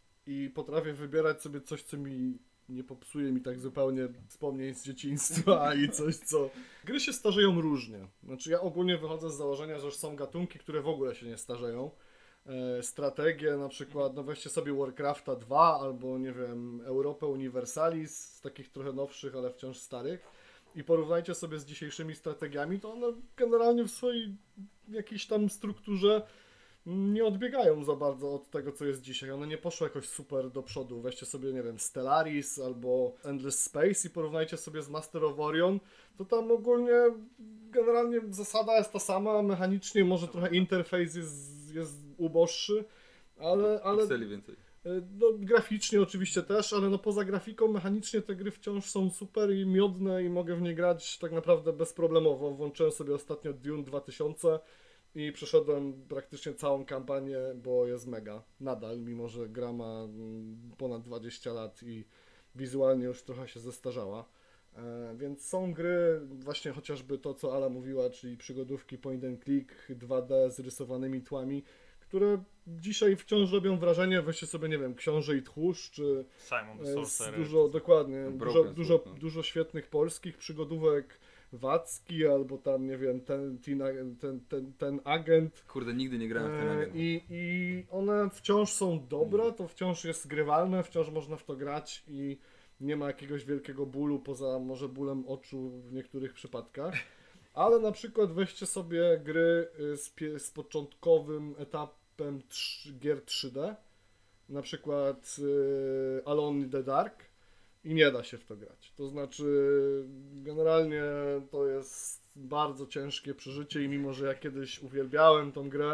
i potrafię wybierać sobie coś, co mi nie popsuje mi tak zupełnie wspomnień z dzieciństwa i coś, co... Gry się starzeją różnie. Znaczy ja ogólnie wychodzę z założenia, że już są gatunki, które w ogóle się nie starzeją. E, strategie, na przykład, no weźcie sobie Warcrafta dwa albo, nie wiem, Europę Universalis, z takich trochę nowszych, ale wciąż starych i porównajcie sobie z dzisiejszymi strategiami, to one generalnie w swojej jakiejś tam strukturze nie odbiegają za bardzo od tego, co jest dzisiaj. One nie poszły jakoś super do przodu. Weźcie sobie, nie wiem, Stellaris albo Endless Space i porównajcie sobie z Master of Orion, to tam ogólnie generalnie zasada jest ta sama, mechanicznie może trochę interfejs jest, jest uboższy, ale, ale Pikseli więcej. no, graficznie oczywiście też, ale no poza grafiką mechanicznie te gry wciąż są super i miodne i mogę w nie grać tak naprawdę bezproblemowo. Włączyłem sobie ostatnio Dune dwa tysiące i przeszedłem praktycznie całą kampanię, bo jest mega. Nadal, mimo że gra ma mm, ponad dwadzieścia lat i wizualnie już trochę się zestarzała. E, więc są gry, właśnie chociażby to, co Ala mówiła, czyli przygodówki point and click, dwa D z rysowanymi tłami, które dzisiaj wciąż robią wrażenie. Weźcie sobie, nie wiem, Książę i Tchórz, czy Simon the e, z Sorcerer. dużo, dokładnie, No, dużo, Broken dużo, Sword, no. dużo świetnych polskich przygodówek, Wacki, albo tam, nie wiem, ten, ten, ten, ten, ten agent. Kurde, nigdy nie grałem w ten E, agent. I, I one wciąż są dobre, to wciąż jest grywalne, wciąż można w to grać i nie ma jakiegoś wielkiego bólu, poza może bólem oczu w niektórych przypadkach. Ale na przykład weźcie sobie gry y, z, pie- z początkowym etapem trz- gier trzy D, na przykład y, Alone in the Dark i nie da się w to grać. To znaczy generalnie to jest bardzo ciężkie przeżycie i mimo, że ja kiedyś uwielbiałem tą grę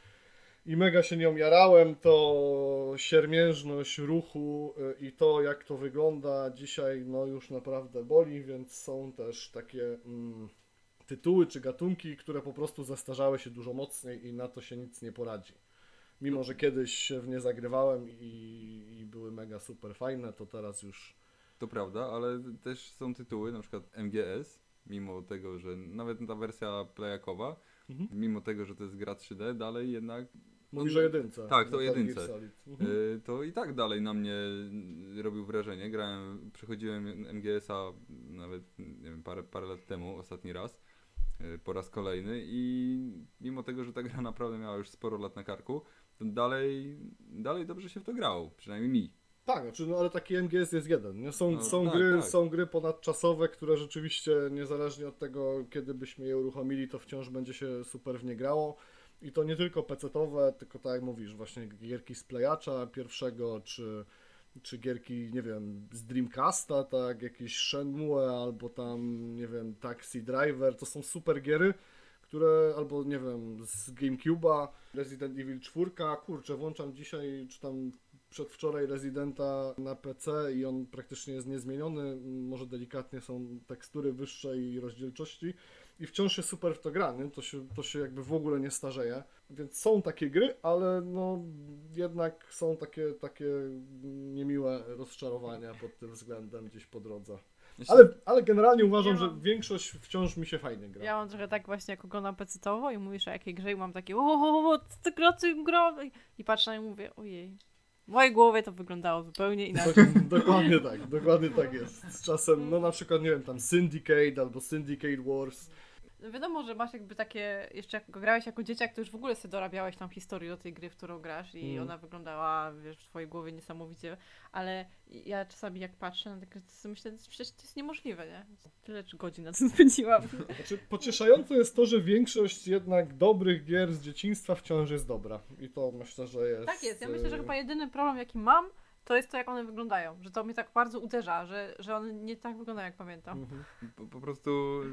i mega się nią jarałem, to siermiężność ruchu y, i to jak to wygląda dzisiaj no już naprawdę boli, więc są też takie mm, tytuły czy gatunki, które po prostu zastarzały się dużo mocniej i na to się nic nie poradzi. Mimo, że kiedyś się w nie zagrywałem i, i były mega super fajne, to teraz już To prawda, ale też są tytuły, na przykład M G S, mimo tego, że nawet ta wersja playakowa, Mhm. mimo tego, że to jest gra trzy D, dalej jednak Mówisz o jedynce. Tak, to o Metal Gear jedynce. Solid. Mhm. Y, to i tak dalej na mnie robił wrażenie. Grałem, przechodziłem M G S a nawet nie wiem, parę, parę lat temu, ostatni raz, y, po raz kolejny i mimo tego, że ta gra naprawdę miała już sporo lat na karku, to dalej, dalej dobrze się w to grało, przynajmniej mi. Tak, znaczy, no ale taki M G S jest jeden. Nie? Są, No, są, tak, gry, tak. są gry ponadczasowe, które rzeczywiście niezależnie od tego, kiedy byśmy je uruchomili, to wciąż będzie się super w nie grało. I to nie tylko pecetowe, tylko tak jak mówisz, właśnie gierki z Playacza pierwszego, czy, czy gierki, nie wiem, z Dreamcasta, tak, jakieś Shenmue, albo tam, nie wiem, Taxi Driver, to są super giery, które, albo nie wiem, z GameCube'a, Resident Evil cztery, kurczę, włączam dzisiaj, czy tam przedwczoraj Residenta na P C i on praktycznie jest niezmieniony, może delikatnie są tekstury wyższej rozdzielczości i wciąż się super w to gra, nie? To, się, to się jakby w ogóle nie starzeje, więc są takie gry, ale no jednak są takie, takie niemiłe rozczarowania pod tym względem gdzieś po drodze. Ale, ale generalnie uważam, Ja że mam- większość wciąż mi się fajnie gra. Ja mam trochę tak właśnie, jak oglądam pecetowo i mówisz o jakiej grze i mam takie o, co gra, co gra i patrzę na nią i mówię, ojej. W mojej głowie to wyglądało zupełnie inaczej. Dok- Dokładnie tak, dokładnie tak jest. Z czasem, no na przykład, nie wiem, tam Syndicate albo Syndicate Wars. No wiadomo, że masz jakby takie, jeszcze jak go grałeś jako dzieciak, to już w ogóle sobie dorabiałeś tam historię do tej gry, w którą grasz i Mm. ona wyglądała, wiesz, w twojej głowie niesamowicie, ale ja czasami jak patrzę na te gry, to sobie myślę, przecież to jest niemożliwe, nie? Tyle czy godzin na tym spędziłam. Znaczy, pocieszające jest to, że większość jednak dobrych gier z dzieciństwa wciąż jest dobra. I to myślę, że jest... Tak jest, ja myślę, że y, chyba jedyny problem jaki mam, to jest to, jak one wyglądają, że to mnie tak bardzo uderza, że, że one nie tak wyglądają, jak pamiętam. mhm. Po, po prostu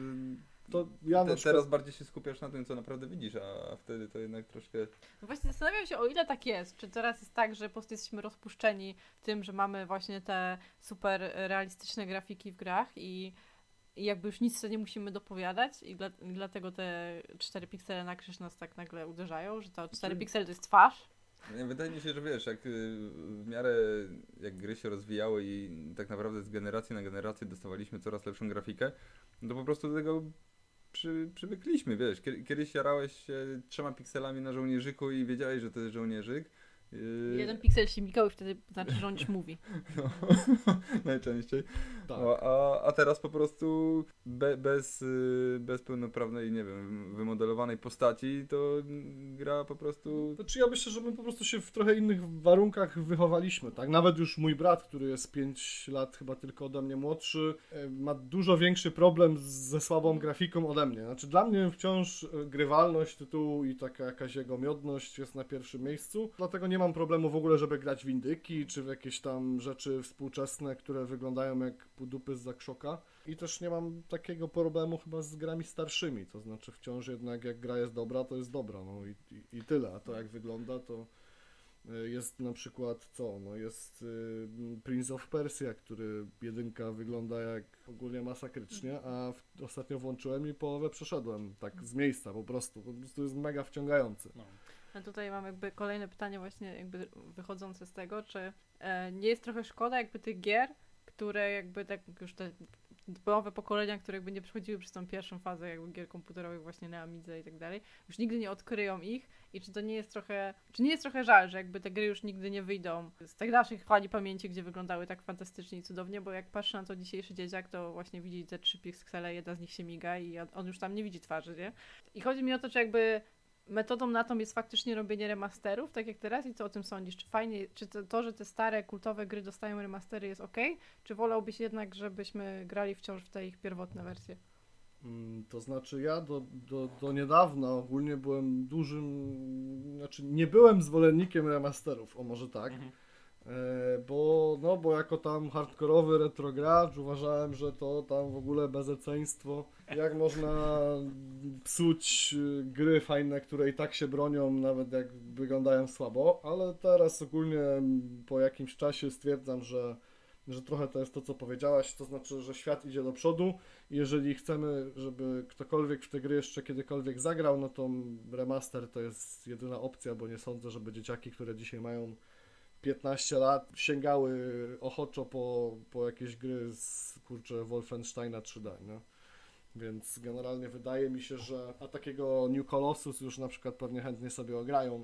To ja na te, przykład... teraz bardziej się skupiasz na tym, co naprawdę widzisz, a wtedy to jednak troszkę... No właśnie zastanawiam się, o ile tak jest. Czy teraz jest tak, że po prostu jesteśmy rozpuszczeni tym, że mamy właśnie te super realistyczne grafiki w grach i, i jakby już nic sobie nie musimy dopowiadać i, dla, i dlatego te cztery piksele na krzyż nas tak nagle uderzają, że to cztery piksele to jest twarz. Nie, wydaje mi się, że wiesz, jak y, w miarę jak gry się rozwijały i tak naprawdę z generacji na generację dostawaliśmy coraz lepszą grafikę, no to po prostu do tego przy, przywykliśmy, wiesz. Kie- Kiedyś jarałeś się trzema pikselami na żołnierzyku i wiedziałeś, że to jest żołnierzyk. Yy, Jeden piksel się mikał i wtedy znaczy, że on już mówi. no, najczęściej. Tak. No, a, a teraz po prostu be, bez, y, bez pełnoprawnej, nie wiem, wymodelowanej postaci, to gra po prostu... Znaczy ja myślę, że my po prostu się w trochę innych warunkach wychowaliśmy, tak? Nawet już mój brat, który jest pięć lat chyba tylko ode mnie młodszy, e, ma dużo większy problem z- ze słabą grafiką ode mnie. Znaczy dla mnie wciąż e, grywalność tytułu i taka jakaś jego miodność jest na pierwszym miejscu, dlatego nie mam problemu w ogóle, żeby grać w indyki, czy w jakieś tam rzeczy współczesne, które wyglądają jak dupy z zakrzoka. I też nie mam takiego problemu chyba z grami starszymi, to znaczy wciąż jednak jak gra jest dobra, to jest dobra, no i, i, i tyle, a to jak wygląda, to y, jest na przykład co, no jest y, Prince of Persia, który jedynka wygląda jak ogólnie masakrycznie, a w, ostatnio włączyłem i połowę przeszedłem, tak z miejsca po prostu, po prostu jest mega wciągający. No. A tutaj mam jakby kolejne pytanie właśnie jakby wychodzące z tego, czy e, nie jest trochę szkoda jakby tych gier, które jakby tak już te nowe pokolenia, które jakby nie przechodziły przez tą pierwszą fazę jakby gier komputerowych właśnie na Amidze i tak dalej, już nigdy nie odkryją ich i czy to nie jest trochę, czy nie jest trochę żal, że jakby te gry już nigdy nie wyjdą z tych naszych fali pamięci, gdzie wyglądały tak fantastycznie i cudownie, bo jak patrzę na to dzisiejszy dzieciak, to właśnie widzi te trzy piksele, jedna z nich się miga i on już tam nie widzi twarzy, nie? I chodzi mi o to, czy jakby metodą na to jest faktycznie robienie remasterów, tak jak teraz i co o tym sądzisz? Czy fajnie, czy to, to że te stare, kultowe gry dostają remastery jest ok? Czy wolałbyś jednak, żebyśmy grali wciąż w te ich pierwotne wersje? Mm, To znaczy ja do, do, do niedawna ogólnie byłem dużym, znaczy nie byłem zwolennikiem remasterów, o może tak, Mhm. e, bo, no, bo jako tam hardkorowy retrogracz uważałem, że to tam w ogóle bezeceństwo, jak można psuć y, gry fajne, które i tak się bronią, nawet jak wyglądają słabo, ale teraz ogólnie mm, po jakimś czasie stwierdzam, że że trochę to jest to, co powiedziałaś, to znaczy, że świat idzie do przodu i jeżeli chcemy, żeby ktokolwiek w te gry jeszcze kiedykolwiek zagrał, no to remaster to jest jedyna opcja, bo nie sądzę, żeby dzieciaki, które dzisiaj mają piętnaście lat, sięgały ochoczo po, po jakieś gry z, kurczę, Wolfensteina trzy D, nie? Więc generalnie wydaje mi się, że a takiego New Colossus już na przykład pewnie chętnie sobie ograją,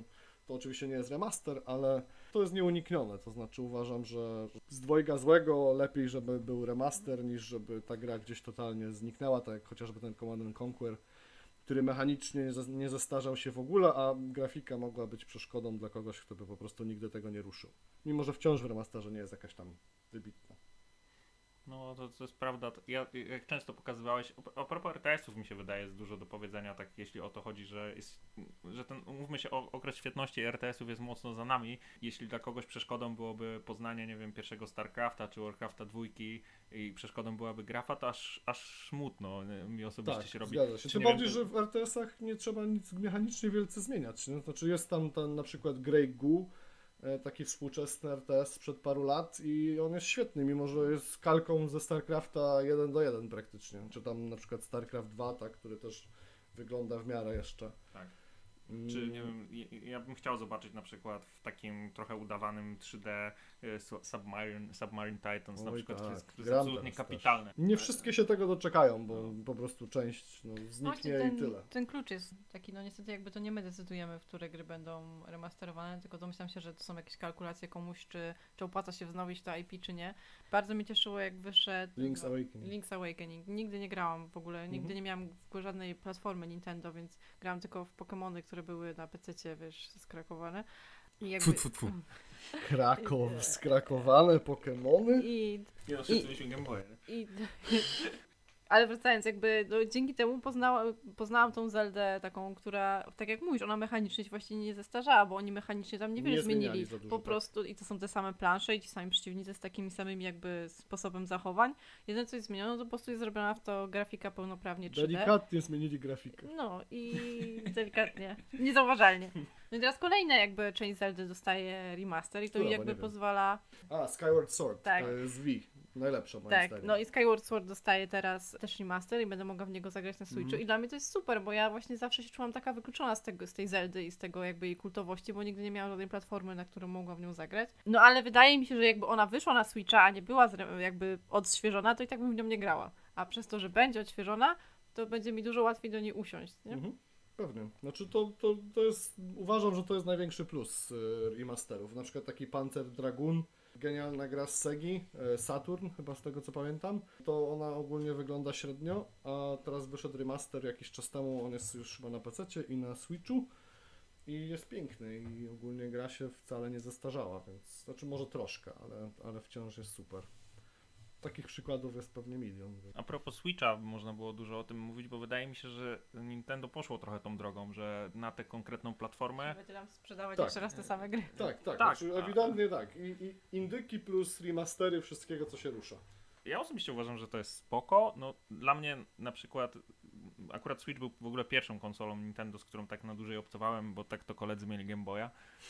To oczywiście nie jest remaster, ale to jest nieuniknione, to znaczy uważam, że z dwojga złego lepiej, żeby był remaster, niż żeby ta gra gdzieś totalnie zniknęła, tak jak chociażby ten Command and Conquer, który mechanicznie nie zas- nie zestarzał się w ogóle, a grafika mogła być przeszkodą dla kogoś, kto by po prostu nigdy tego nie ruszył. Mimo że wciąż w remasterze nie jest jakaś tam wybitna. No to, to jest prawda. To Ja, jak często pokazywałeś, a a propos R T S-ów mi się wydaje jest dużo do powiedzenia, tak jeśli o to chodzi, że jest, że ten, umówmy się, o, okres świetności R T S-ów jest mocno za nami. Jeśli dla kogoś przeszkodą byłoby poznanie, nie wiem, pierwszego StarCrafta czy Warcrafta dwójki i przeszkodą byłaby grafa, to aż, aż smutno nie, mi osobiście Tak, się robi. zgadza się. Czy Tym nie wiem, bardziej, czy- że w R T S-ach nie trzeba nic mechanicznie wielce zmieniać. Nie? Znaczy jest tam ten na przykład Grey Goo, e, taki współczesny R T S sprzed paru lat i on jest świetny, mimo że jest kalką ze StarCrafta jeden do jeden praktycznie. Czy tam na przykład StarCraft dwa, tak, który też wygląda w miarę jeszcze. Tak. Mm, Czy nie wiem, ja- ja bym chciał zobaczyć na przykład w takim trochę udawanym trzy D y, Su- Submarine, Submarine Titans na Oj przykład, tak, to jest, to jest gram absolutnie teraz też. kapitalne. Nie wszystkie się tego doczekają, bo No. po prostu część no, zniknie Właśnie i ten, tyle. ten klucz jest taki, no niestety jakby to nie my decydujemy, w które gry będą remasterowane, tylko domyślam się, że to są jakieś kalkulacje komuś, czy, czy opłaca się wznowić to I P, czy nie. Bardzo mnie cieszyło, jak wyszedł Link's no, Awakening. Link's Awakening. Nigdy nie grałam w ogóle, nigdy Mhm. nie miałam w ogóle żadnej platformy Nintendo, więc grałam tylko w Pokémony, które były na pececie, wiesz, skrakowane. I jakby... Tfu, tfu, tfu. Krakow, skrakowane Pokemony. I Nie no, wszyscy mieliśmy Game Boy. I... Ale wracając, jakby no, dzięki temu poznałam, poznałam tą Zeldę taką, która, tak jak mówisz, ona mechanicznie się właściwie nie zestarzała, bo oni mechanicznie tam niewiele Nie zmieniali zmienili. za dużo, Po tak. prostu i to są te same plansze i ci sami przeciwnicy z takimi samymi jakby sposobem zachowań. Jedyne co jest zmienione, to po prostu jest zrobiona w to grafika pełnoprawnie trzy D. Delikatnie zmienili grafikę. No i delikatnie, niezauważalnie. No i teraz kolejna jakby część Zeldy dostaje remaster i to Która, mi bo jakby nie wiem. pozwala... A, Skyward Sword, Tak. to jest V. Najlepsza moim Tak, zdaniem. no i Skyward Sword dostaje teraz też remaster i będę mogła w niego zagrać na Switchu Mhm. i dla mnie to jest super, bo ja właśnie zawsze się czułam taka wykluczona z, tego, z tej Zeldy i z tego jakby jej kultowości, bo nigdy nie miałam żadnej platformy, na którą mogłam w nią zagrać. No ale wydaje mi się, że jakby ona wyszła na Switcha, a nie była zre- jakby odświeżona, to i tak bym w nią nie grała. A przez to, że będzie odświeżona, to będzie mi dużo łatwiej do niej usiąść, nie? Mhm. Pewnie. Znaczy to, to, to jest, uważam, że to jest największy plus y, remasterów. Na przykład taki Panzer Dragoon, genialna gra z Segi, y, Saturn chyba z tego co pamiętam. To ona ogólnie wygląda średnio, a teraz wyszedł remaster jakiś czas temu, on jest już chyba na pececie i na Switchu. I jest piękny i ogólnie gra się wcale nie zestarzała, więc znaczy może troszkę, ale, ale wciąż jest super. Takich przykładów jest pewnie milion. A propos Switcha, można było dużo o tym mówić, bo wydaje mi się, że Nintendo poszło trochę tą drogą, że na tę konkretną platformę Będzie nam sprzedawać Tak. jeszcze raz te same gry. Tak, tak, Tak, znaczy a- ewidentnie tak. I, I indyki plus remastery wszystkiego co się rusza. ja osobiście uważam, że to jest spoko. No, dla mnie na przykład akurat Switch był w ogóle pierwszą konsolą Nintendo, z którą tak na dłużej obcowałem, bo tak to koledzy mieli Game Boya.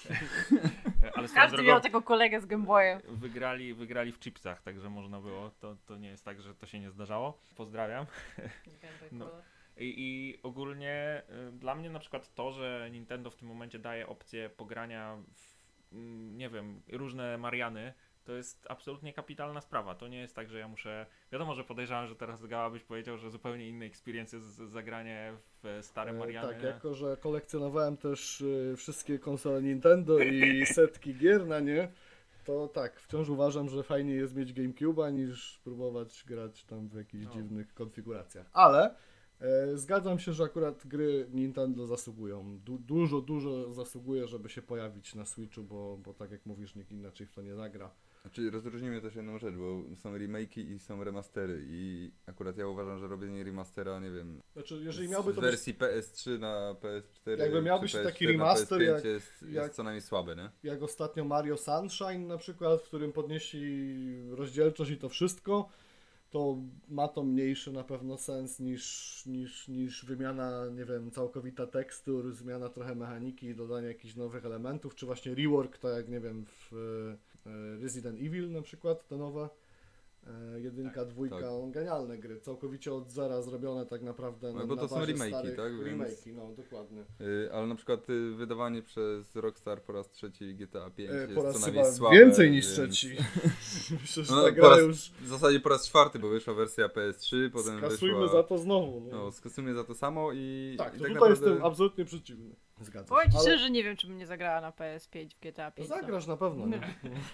Ale swoją Każdy drogą miał tego kolegę z Game Boyem. wygrali, wygrali w chipsach, także można było. To, to nie jest tak, że to się nie zdarzało. Pozdrawiam. No. I, I ogólnie y, dla mnie na przykład to, że Nintendo w tym momencie daje opcję pogrania w, mm, nie wiem, różne Mariany, to jest absolutnie kapitalna sprawa. To nie jest tak, że ja muszę... Wiadomo, że podejrzewam, że teraz Gała byś powiedział, że zupełnie inny experience jest z- zagranie w stare E, Mariany. tak, jako że kolekcjonowałem też y, wszystkie konsole Nintendo i setki gier na nie, to tak, wciąż uważam, że fajniej jest mieć GameCube'a niż próbować grać tam w jakichś No. dziwnych konfiguracjach. Ale e, zgadzam się, że akurat gry Nintendo zasługują. Du- dużo, dużo zasługuje, żeby się pojawić na Switchu, bo, bo tak jak mówisz, nikt inaczej w to nie zagra. Znaczy rozróżnijmy też jedną rzecz, bo są remake'i i są remastery i akurat ja uważam, że robienie remastera, nie wiem, Znaczy, jeżeli z miałby to być wersji P S trzy na P S cztery Jakby miał czy być P S taki cztery na remaster, P S pięć jak- jest, jest jak- co najmniej słabe, nie? jak ostatnio Mario Sunshine na przykład, w którym podnieśli rozdzielczość i to wszystko, to ma to mniejszy na pewno sens niż, niż, niż wymiana, nie wiem, całkowita tekstur, zmiana trochę mechaniki, dodanie jakichś nowych elementów, czy właśnie rework, tak jak, nie wiem, w e, Resident Evil na przykład, te nowe. E, jedynka, Tak, dwójka, tak. genialne gry, całkowicie od zera zrobione tak naprawdę No na, bo na to są bazie remake'i, starych tak? Więc- remake'i, no dokładnie. Y, ale na przykład y, wydawanie przez Rockstar po raz trzeci G T A pięć E, jest po raz co chyba najmniej słabe. więcej niż więc- trzeci. Myślę, że No, ta po gra raz, już w zasadzie po raz czwarty, bo wyszła wersja P S trzy, potem skasujmy wyszła... za to znowu. No. No, skasujmy za to samo i... tak, i to tak tutaj naprawdę... jestem absolutnie przeciwny. Zgadzam Powiem ci się. szczerze, że nie wiem, czy bym nie zagrała na P S pięć w G T A pięć. Zagrasz na pewno, nie?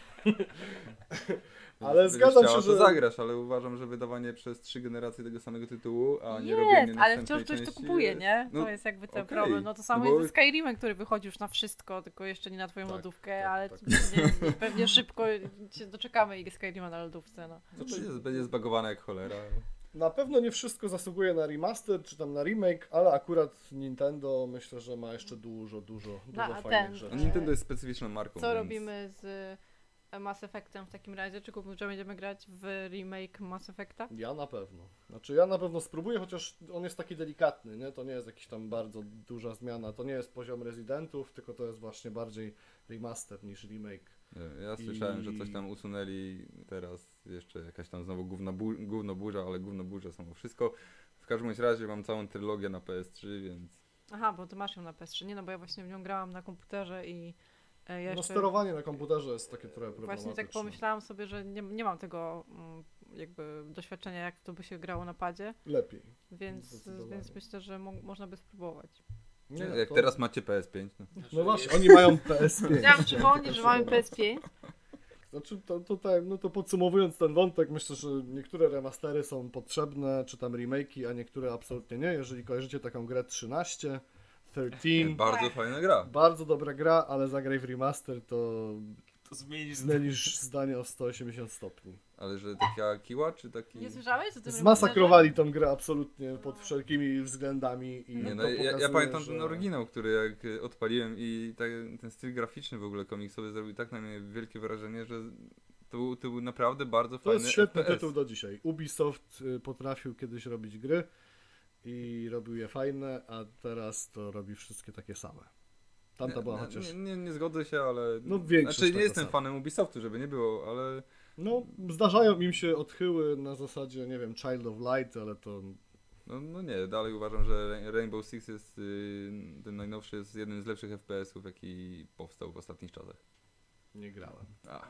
Będziesz- Ale będziesz zgadzam chciała, się, to że- zagrasz, ale uważam, że wydawanie przez trzy generacje tego samego tytułu, a nie Jest, robienie ale następnej wciąż ktoś to części kupuje, jest... nie? No, To jest jakby ten okej. problem. No to samo No bo- jest ze Skyrimem, który wychodzi już na wszystko, tylko jeszcze nie na twoją Tak, lodówkę, tak, ale tak. Pewnie, pewnie szybko się doczekamy i Skyrima na lodówce, no. No to jest, będzie zbagowane jak cholera. Na pewno nie wszystko zasługuje na remaster czy tam na remake, ale akurat Nintendo myślę, że ma jeszcze dużo, dużo, dużo a fajnych ten- A rzeczy. Nintendo jest specyficzną marką, Co więc... robimy z Mass Effectem w takim razie? Czy kupimy, że będziemy grać w remake Mass Effecta? Ja na pewno. Znaczy ja na pewno spróbuję, chociaż on jest taki delikatny, nie? To nie jest jakiś tam bardzo duża zmiana. To nie jest poziom Residentów, tylko to jest właśnie bardziej remaster niż remake. Nie, Ja słyszałem, że coś tam usunęli teraz, jeszcze jakaś tam znowu gówno, bu gówno burza, ale gówno burza samo wszystko. W każdym bądź razie mam całą trylogię na P S trzy, więc... Aha, bo ty masz ją na P S trzy. Nie, no bo ja właśnie w nią grałam na komputerze i e, ja No jeszcze sterowanie na komputerze jest takie trochę problematyczne. właśnie tak pomyślałam sobie, że nie, nie mam tego mm, jakby doświadczenia, jak to by się grało na padzie, Lepiej. więc, Zdecydowanie. więc myślę, że mo można by spróbować. Nie, Jak to- teraz macie P S pięć, no. No właśnie, oni mają P S pięć. Chciałam przypomnieć, że mamy P S pięć. Znaczy, to, tutaj, no to podsumowując ten wątek, myślę, że niektóre remastery są potrzebne, czy tam remake'i, a niektóre absolutnie nie. Jeżeli kojarzycie taką grę trzynaście, trzynaście, Bardzo fajna gra. bardzo dobra gra, ale zagraj w remaster, to To zmienisz zmienisz zdanie o sto osiemdziesiąt stopni. Ale że taka kiła, czy taki... Nie słyszałeś o tym Zmasakrowali tą grę absolutnie pod wszelkimi względami i Nie, no, to ja, ja pokazuje, pamiętam że... ten oryginał, który jak y, odpaliłem i tak, ten styl graficzny w ogóle komiksowy zrobił tak na mnie wielkie wrażenie, że to był, to był naprawdę bardzo To fajny jest świetny F P S. tytuł do dzisiaj. Ubisoft y, potrafił kiedyś robić gry i robił je fajne, a teraz to robi wszystkie takie same. Tamta Nie, była nie, chociaż... nie, nie, nie zgodzę się, ale... No, większość Znaczy nie taka jestem sama. fanem Ubisoftu, żeby nie było, ale... No, zdarzają im się odchyły na zasadzie, nie wiem, Child of Light, ale to... No, no nie, dalej uważam, że Rainbow Six jest, y, ten najnowszy jest jednym z lepszych F P S-ów, jaki powstał w ostatnich czasach. Nie grałem. A,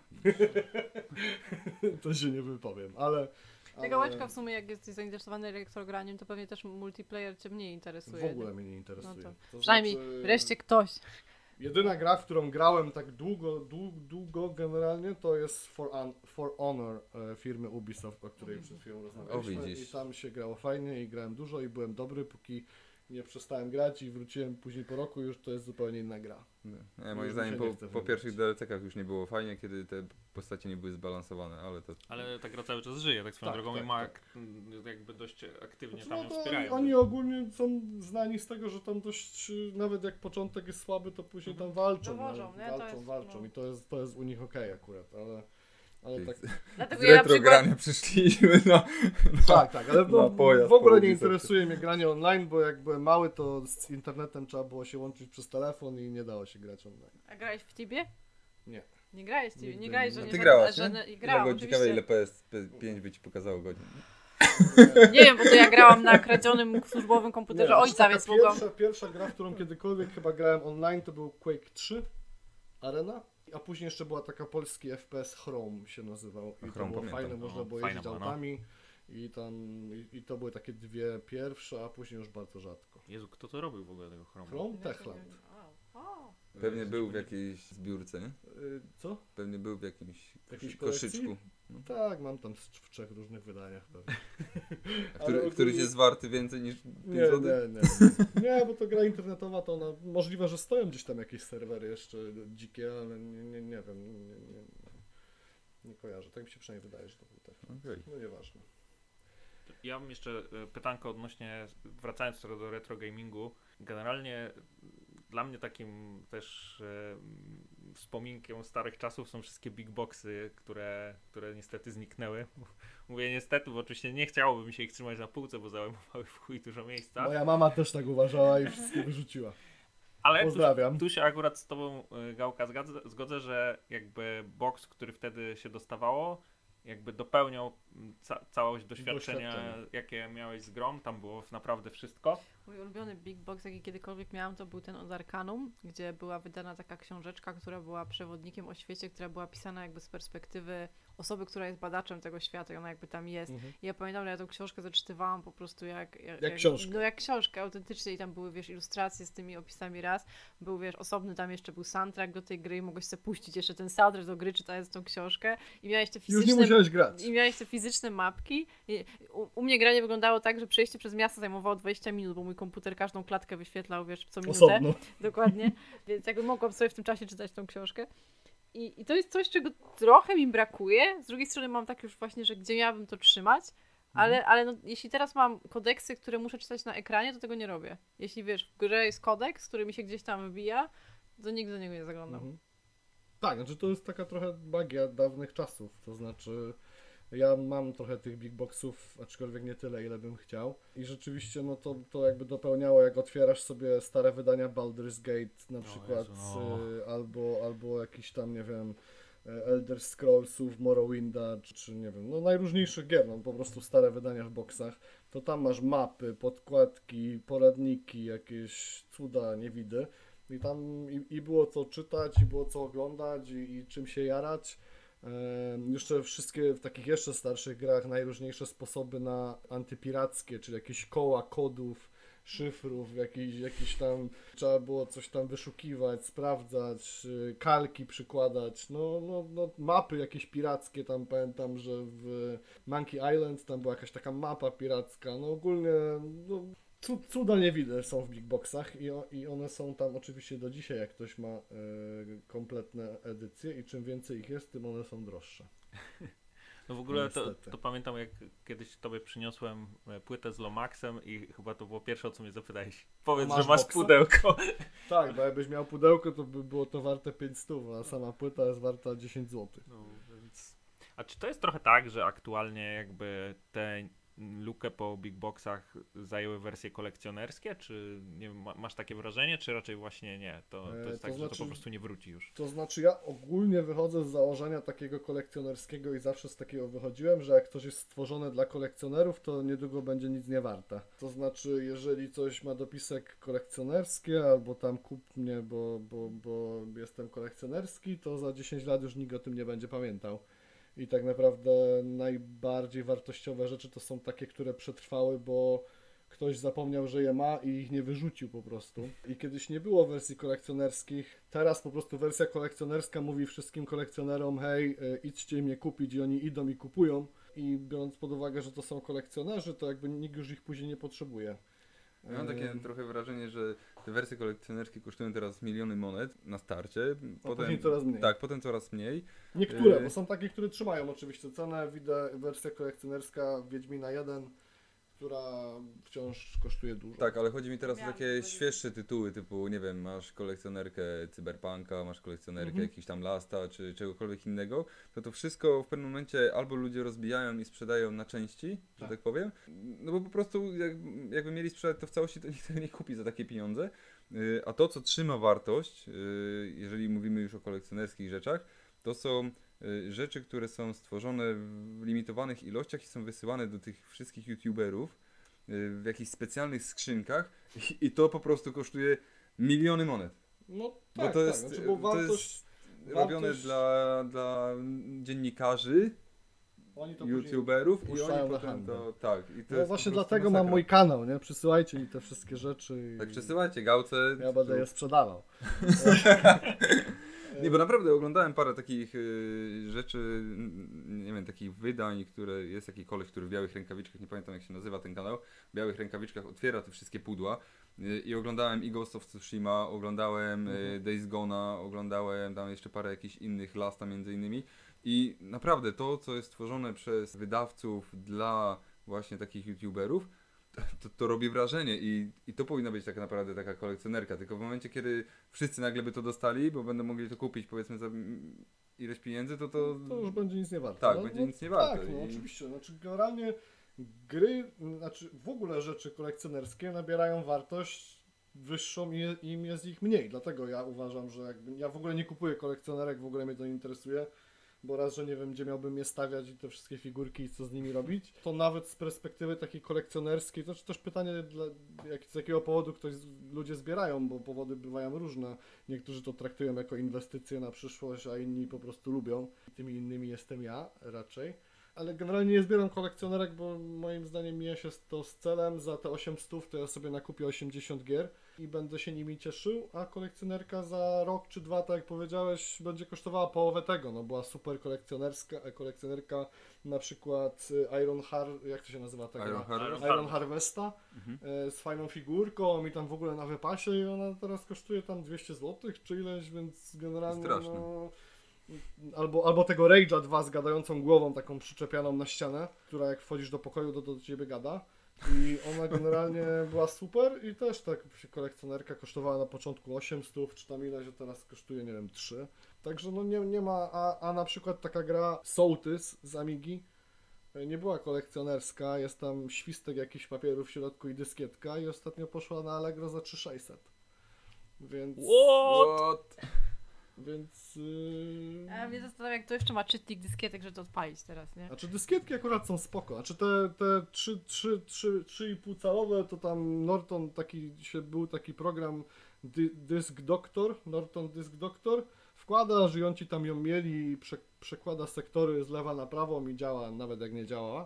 To się nie wypowiem, ale... Ta ale gałeczka w sumie, jak jesteś zainteresowany elektrograniem, to pewnie też multiplayer cię mniej interesuje. w ogóle mnie nie interesuje. No to To Przynajmniej znaczy, wreszcie ktoś. Jedyna gra, w którą grałem tak długo, długo, długo generalnie, to jest For, Un- For Honor e, firmy Ubisoft, o której przed chwilą rozmawialiśmy. O, widzisz. I tam się grało fajnie i grałem dużo i byłem dobry, póki nie przestałem grać i wróciłem później po roku, już to jest zupełnie inna gra. nie, nie, Już moim mi zdaniem się nie po, chce po wygrać. pierwszych D L C-kach już nie było fajnie, kiedy te postacie nie były zbalansowane, ale to... Ale ta gra cały czas żyje, tak swoją Tak, drogą tak, i ma tak. ak- jakby dość aktywnie Znaczy, tam no ją to wspierają. oni ogólnie są znani z tego, że tam dość, y, nawet jak początek jest słaby, to później tam walczą. Dowożą, no, nie? To walczą, jest, walczą no. i to jest, to jest u nich okej akurat, ale, ale Czyli tak... z, Dlatego z ja na przykład... retrogrania przyszliśmy na... Tak, tak, ale no, na pojazd w ogóle po nie Ubisoftie. interesuje mnie granie online, bo jak byłem mały, to z internetem trzeba było się łączyć przez telefon i nie dało się grać online. A grałeś w Tibie? Nie. Nie grałeś w Tibie, Nigdy nie grałeś, że nie. nie Ty żadne- grałaś, nie? żadne- Ile Grałam, było oczywiście. ciekawe, ile P S pięć by ci pokazało godzin. Nie wiem, bo to ja grałam na kradzionym służbowym komputerze Nie, ojca, taka więc mogłam... pierwsza, pierwsza gra, w którą kiedykolwiek chyba grałem online, to był Quake trzy Arena, a później jeszcze była taka polski F P S Chrome się nazywał i to Chrome było pamiętam. fajne, można No, było fajna jeździć była, no. autami i tam i, i to były takie dwie pierwsze, a później już bardzo rzadko. Jezu, kto to robił w ogóle tego chromu? Chrome? Techland. O, o. Pewnie był w jakiejś zbiórce, nie? Y, co? Pewnie był w jakimś Jakiejś koszy- koszyczku. kolekcji? Tak, mam tam w trzech różnych wydaniach pewnie. A który, Ale któryś ogólnie- jest warty więcej niż pięć Nie, złotych? nie, nie. Nie, bo to gra internetowa, to ona, możliwe, że stoją gdzieś tam jakieś serwery jeszcze dzikie, ale nie, nie, nie wiem, nie, nie, nie, nie kojarzę. Tak mi się przynajmniej wydaje, że to był tak. Okej. No nieważne. Ja mam jeszcze e, pytanko odnośnie, wracając trochę do retro gamingu. Generalnie e, dla mnie takim też e, wspominkiem starych czasów są wszystkie big boxy, które, które niestety zniknęły. Mówię niestety, bo oczywiście nie chciałoby mi się ich trzymać na półce, bo zajmowały w chuj dużo miejsca. Moja mama też tak uważała i wszystkie wyrzuciła. Ale tu, Pozdrawiam. tu się akurat z tobą, y, Gałka, zgadzę, zgodzę, że jakby box, który wtedy się dostawało, jakby dopełniał ca- całość doświadczenia, Doświadczenie. jakie miałeś z grą. Tam było naprawdę wszystko. Mój ulubiony Big Box, jaki kiedykolwiek miałam, to był ten od Arcanum, gdzie była wydana taka książeczka, która była przewodnikiem o świecie, która była pisana jakby z perspektywy osoby, która jest badaczem tego świata i ona jakby tam jest. Mhm. I ja pamiętam, że ja tą książkę zaczytywałam po prostu jak... Jak, Jak książkę. No jak książkę, autentycznie i tam były, wiesz, ilustracje z tymi opisami raz. Był, wiesz, osobny tam jeszcze był soundtrack do tej gry i mogłeś sobie puścić jeszcze ten soundtrack do gry, czytając tą książkę. I miałeś te Już nie fizyczne... musiałeś grać. I miałeś te fizyczne mapki. I u, u mnie granie wyglądało tak, że przejście przez miasto zajmowało dwadzieścia minut, bo mój komputer każdą klatkę wyświetlał, wiesz, co minutę. Osobno. Dokładnie. Więc jakby mogłam sobie w tym czasie czytać tą książkę. I, I to jest coś, czego trochę mi brakuje. Z drugiej strony mam tak już właśnie, że gdzie miałabym to trzymać. Ale, ale no, jeśli teraz mam kodeksy, które muszę czytać na ekranie, to tego nie robię. Jeśli wiesz, w grze jest kodeks, który mi się gdzieś tam wybija, to nigdy do niego nie zaglądam. Mhm. Tak, znaczy to jest taka trochę magia dawnych czasów, to znaczy ja mam trochę tych big boxów, aczkolwiek nie tyle, ile bym chciał i rzeczywiście no to, to jakby dopełniało, jak otwierasz sobie stare wydania Baldur's Gate na przykład, Jezu, no. y, albo, albo jakiś tam, nie wiem, Elder Scrollsów, Morrowinda, czy, czy nie wiem, no najróżniejszych gier, no po prostu stare wydania w boxach, to tam masz mapy, podkładki, poradniki, jakieś cuda, niewidy. I tam i, i było co czytać, i było co oglądać, i, i czym się jarać. Ehm, jeszcze wszystkie w takich jeszcze starszych grach najróżniejsze sposoby na antypirackie, czyli jakieś koła kodów, szyfrów, jakiś, jakiś tam trzeba było coś tam wyszukiwać, sprawdzać, y, kalki przykładać, no, no, no mapy jakieś pirackie, tam pamiętam, że w Monkey Island tam była jakaś taka mapa piracka, no ogólnie no, Cud, cuda nie widzę są w big boxach i, o, i one są tam oczywiście do dzisiaj, jak ktoś ma y, kompletne edycje i czym więcej ich jest, tym one są droższe. No w ogóle to, Niestety. to pamiętam, jak kiedyś tobie przyniosłem e, płytę z Lomaxem i chyba to było pierwsze, o co mnie zapytałeś. Powiedz, Masz że masz boxa? pudełko. Tak, bo jakbyś miał pudełko, to by było to warte pięć stów, a sama płyta jest warta dziesięć złotych. No, więc... A czy to jest trochę tak, że aktualnie jakby tę lukę po big boxach zajęły wersje kolekcjonerskie? Czy nie wiem, ma- masz takie wrażenie, czy raczej właśnie nie? To, to E, jest to tak, że znaczy- to po prostu nie wróci już. To znaczy ja ogólnie wychodzę z założenia takiego kolekcjonerskiego i zawsze z takiego wychodziłem, że jak coś jest stworzone dla kolekcjonerów, to niedługo będzie nic nie warte. To znaczy, jeżeli coś ma dopisek kolekcjonerski, albo tam kup mnie, bo, bo, bo jestem kolekcjonerski, to za dziesięć lat już nikt o tym nie będzie pamiętał. I tak naprawdę najbardziej wartościowe rzeczy to są takie, które przetrwały, bo ktoś zapomniał, że je ma i ich nie wyrzucił po prostu. I kiedyś nie było wersji kolekcjonerskich. Teraz po prostu wersja kolekcjonerska mówi wszystkim kolekcjonerom: hej, y, idźcie im je kupić, i oni idą i kupują. I biorąc pod uwagę, że to są kolekcjonerzy, to jakby nikt już ich później nie potrzebuje. Ja mam takie Ym, trochę wrażenie, że te wersje kolekcjonerskie kosztują teraz miliony monet na starcie. później coraz mniej. Tak, potem coraz mniej. Niektóre, Yy. bo są takie, które trzymają oczywiście cenę. Widzę wersja kolekcjonerska Wiedźmina jeden, która wciąż kosztuje dużo. Tak, ale chodzi mi teraz o Miałam takie powiedzieć. świeższe tytuły, typu, nie wiem, masz kolekcjonerkę Cyberpunka, masz kolekcjonerkę Mhm. jakiś tam Lasta, czy czegokolwiek innego, to to wszystko w pewnym momencie albo ludzie rozbijają i sprzedają na części, że Tak. tak powiem, no bo po prostu jak, jakby mieli sprzedać to w całości, to nikt tego nie kupi za takie pieniądze, Yy, a to, co trzyma wartość, yy, jeżeli mówimy już o kolekcjonerskich rzeczach, to są y, rzeczy, które są stworzone w limitowanych ilościach i są wysyłane do tych wszystkich youtuberów y, w jakichś specjalnych skrzynkach i, i to po prostu kosztuje miliony monet. No Bo tak, to jest, tak. Znaczy, bo to wartość, jest robione wartość- dla, dla dziennikarzy, oni to później youtuberów i puszczają oni na potem handel. to, tak. I to No jest właśnie po prostu dlatego mam masakra. mój kanał, nie? Przysyłajcie mi te wszystkie rzeczy. i Tak, przesyłajcie gałce. Ja będę je sprzedawał. Nie, bo naprawdę oglądałem parę takich y, rzeczy, n- nie wiem, takich wydań, które jest taki koleś, który w białych rękawiczkach, nie pamiętam jak się nazywa ten kanał, w białych rękawiczkach otwiera te wszystkie pudła y, i oglądałem i Ghost of Tsushima, oglądałem y, Mhm. Days Gone'a, oglądałem tam jeszcze parę jakichś innych, Lasta między innymi i naprawdę to, co jest stworzone przez wydawców dla właśnie takich youtuberów, to, to robi wrażenie i, i to powinna być tak naprawdę taka kolekcjonerka, tylko w momencie, kiedy wszyscy nagle by to dostali, bo będą mogli to kupić powiedzmy za mm, ileś pieniędzy, to to... To już będzie nic nie warte. Tak, no, będzie no, nic nie warte Tak, no i- oczywiście. Znaczy generalnie gry, znaczy w ogóle rzeczy kolekcjonerskie nabierają wartość wyższą i im jest ich mniej. Dlatego ja uważam, że jakby ja w ogóle nie kupuję kolekcjonerek, w ogóle mnie to nie interesuje. bo raz, że nie wiem, gdzie miałbym je stawiać i te wszystkie figurki i co z nimi robić, to nawet z perspektywy takiej kolekcjonerskiej, to też pytanie, dla, jak, z jakiego powodu ktoś, ludzie zbierają, bo powody bywają różne. Niektórzy to traktują jako inwestycje na przyszłość, a inni po prostu lubią. Tymi innymi jestem ja raczej. Ale generalnie nie zbieram kolekcjonerek, bo moim zdaniem mija się to z celem. Za te osiemset to ja sobie nakupię osiemdziesiąt gier i będę się nimi cieszył, a kolekcjonerka za rok czy dwa, tak jak powiedziałeś, będzie kosztowała połowę tego. No była super kolekcjonerska, kolekcjonerka, na przykład Iron Har... jak to się nazywa ta Iron gra? Harvest? Iron Harvesta Mhm. e, z fajną figurką, mi tam w ogóle na wypasie i ona teraz kosztuje tam dwieście złotych czy ileś, więc generalnie Straszne. no... Albo, albo tego Rage'a dwa z gadającą głową, taką przyczepianą na ścianę, która jak wchodzisz do pokoju, to do ciebie gada. I ona generalnie była super i też tak kolekcjonerka kosztowała na początku osiemset, czy tam ileś, a teraz kosztuje, nie wiem, trzy. Także no nie, nie ma, a, a na przykład taka gra Sołtys z Amigi nie była kolekcjonerska, jest tam świstek jakichś papierów w środku i dyskietka i ostatnio poszła na Allegro za trzy tysiące sześćset. Więc... What? Więc... Yy... A mnie zastanawia, jak to jeszcze ma czytnik dyskietek, żeby to odpalić teraz, nie? Znaczy dyskietki akurat są spoko. Znaczy te, te trzy i pół calowe to tam Norton taki, się, był taki program Dy, Disk Doctor, Norton Disk Doctor. Wkładasz i on ci tam ją mieli i prze, przekłada sektory z lewa na prawą i działa, nawet jak nie działa.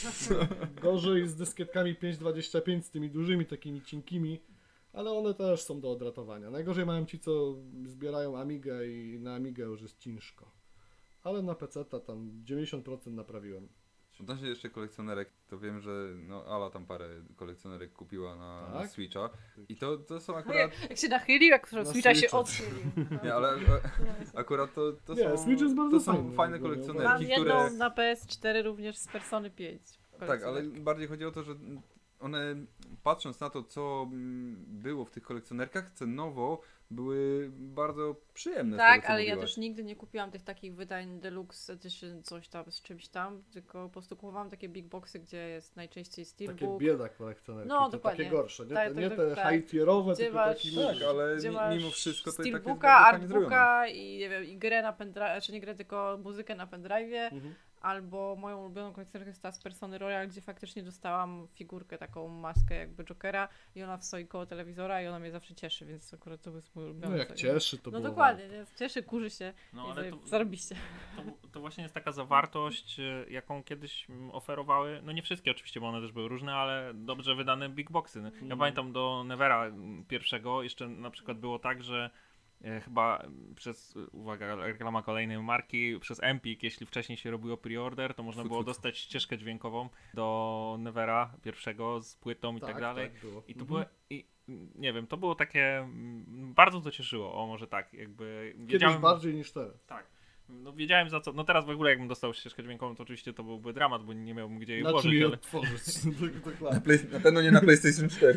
Gorzej z dyskietkami pięć dwadzieścia pięć, z tymi dużymi takimi cienkimi. Ale one też są do odratowania. Najgorzej mają ci, co zbierają Amigę i na Amigę już jest ciężko. Ale na peceta tam dziewięćdziesiąt procent naprawiłem. Odnośnie jeszcze kolekcjonerek, to wiem, że no Ala tam parę kolekcjonerek kupiła na, Tak? na Switcha. I to, to są No akurat... jak, jak się nachylił, jak Na Switcha się Switcha. odchylił. Nie, ale akurat to, to Nie, są, Switch jest bardzo to są fajny, fajne ogólnie. Mam kolekcjonerki, jedną które... na P S cztery również z Persony pięć. Tak, ale bardziej chodzi o to, że one, patrząc na to, co mm, było w tych kolekcjonerkach, cenowo były bardzo przyjemne. z Tak, tego, co ale ja mówiłaś. też nigdy nie kupiłam tych takich wydań Deluxe Edition, coś tam z czymś tam, tylko po prostu kupowałam takie big boxy, gdzie jest najczęściej Takie steelbook. bieda kolekcjonerki, No, to dokładnie. takie gorsze. Nie, Tak, te, tak, nie tak, te tak. high-tierowe, Gdzie tylko masz- taki... Tak, ale gdzie mi, masz mimo wszystko to i tak jest steelbooka, bardzo fajnie zrobione. artbooka i nie wiem, i grę na pendrive, czy nie grę, tylko muzykę na pendrive'ie. Mhm. Albo moją ulubioną kolekcjonerkę jest ta z Persony Royal, gdzie faktycznie dostałam figurkę, taką maskę jakby Jokera i ona stoi koło telewizora i ona mnie zawsze cieszy, więc akurat to jest mój ulubiony. No jak coś. cieszy, to No było dokładnie, nie? Cieszy, kurzy się No i ale ale to, zarobiście. to, to właśnie jest taka zawartość, y, jaką kiedyś mm, oferowały, no nie wszystkie oczywiście, bo one też były różne, ale dobrze wydane big boxy. Ja Mhm. pamiętam do Nevera mm, pierwszego jeszcze na przykład było tak, że e, chyba mm, przez, y, uwaga, reklama kolejnej marki, przez Empik, jeśli wcześniej się robiło pre-order, to można Fut, było fut, fut. dostać ścieżkę dźwiękową do Nevera pierwszego z płytą i tak, dalej. Tak było. I to Mhm. były, i, nie wiem, to było takie, mm, bardzo to cieszyło, o może tak, jakby Kiedyś wiedziałem, bardziej niż teraz. tak, no wiedziałem za co, no teraz w ogóle jakbym dostał ścieżkę dźwiękową, to oczywiście to byłby dramat, bo nie miałbym gdzie jej Na czym włożyć, je ale otworzyć? Na, Dokładnie. play, na pewno nie na PlayStation cztery.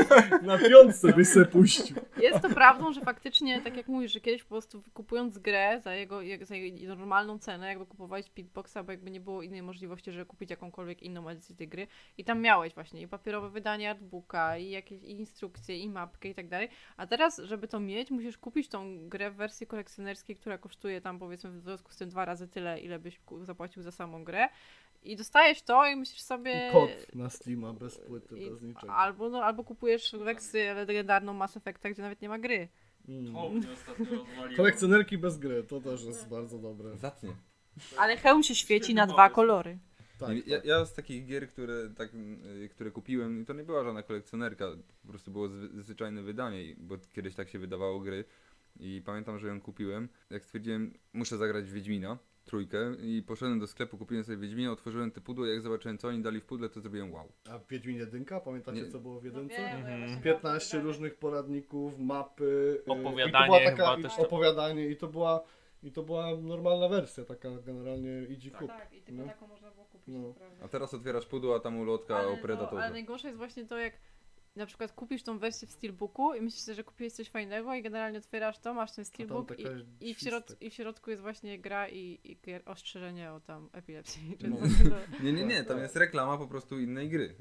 Na piątce byś se puścił. Jest to prawdą, że faktycznie, tak jak mówisz, że kiedyś po prostu kupując grę za jego, jak- za jej normalną cenę, jakby kupowałeś Pitboxa, bo jakby nie było innej możliwości, żeby kupić jakąkolwiek inną edycję tej gry i tam miałeś właśnie i papierowe wydanie artbooka, i jakieś i instrukcje, i mapkę i tak dalej, a teraz, żeby to mieć, musisz kupić tą grę w wersji kolekcjonerskiej, która kosztuje tam powiedzmy w związku z tym dwa razy tyle, ile byś ku- zapłacił za samą grę i dostajesz to i myślisz sobie... I kod na Steama, bez płyty, i- bez niczego. Albo, no, albo kupujesz wersję legendarną Mass Effecta, gdzie nawet nie ma gry. Mm. ostatnio Kolekcjonerki bez gry, to też jest bardzo dobre. Zacnie. Ale hełm się świeci na dwa kolory. Tak, ja, tak. ja z takich gier, które, tak, y, które kupiłem, i to nie była żadna kolekcjonerka, po prostu było zwy, zwyczajne wydanie, i- bo kiedyś tak się wydawało gry i pamiętam, że ją kupiłem. Jak stwierdziłem, muszę zagrać w Wiedźmina, trójkę, i poszedłem do sklepu, kupiłem sobie Wiedźmina, otworzyłem te pudło i jak zobaczyłem, co oni dali w pudle, to zrobiłem wow. A w Wiedźmin jedynka, pamiętacie Nie. co było w No jedynce? wiem, bo ja Mhm. właśnie piętnaście miałam różnych poradników, mapy, y, Opowiadanie i to była taka, chyba też i to- opowiadanie i to była i to była normalna wersja, taka generalnie idzie Tak. kup. Tak, i tylko No. taką można było kupić, No. to prawda. A teraz otwierasz pudło, a tam ulotka ale, o no, Predatorze. ale najgorsze jest właśnie to, jak na przykład kupisz tą wersję w steelbooku i myślisz, że kupiłeś coś fajnego i generalnie otwierasz to, masz ten steelbook i, taka i, w świstek. środ- i w środku jest właśnie gra i, i gier- ostrzeżenie o tam epilepsji. czy No. coś, no. Nie, nie, nie, Tak, tam tak. jest reklama po prostu innej gry.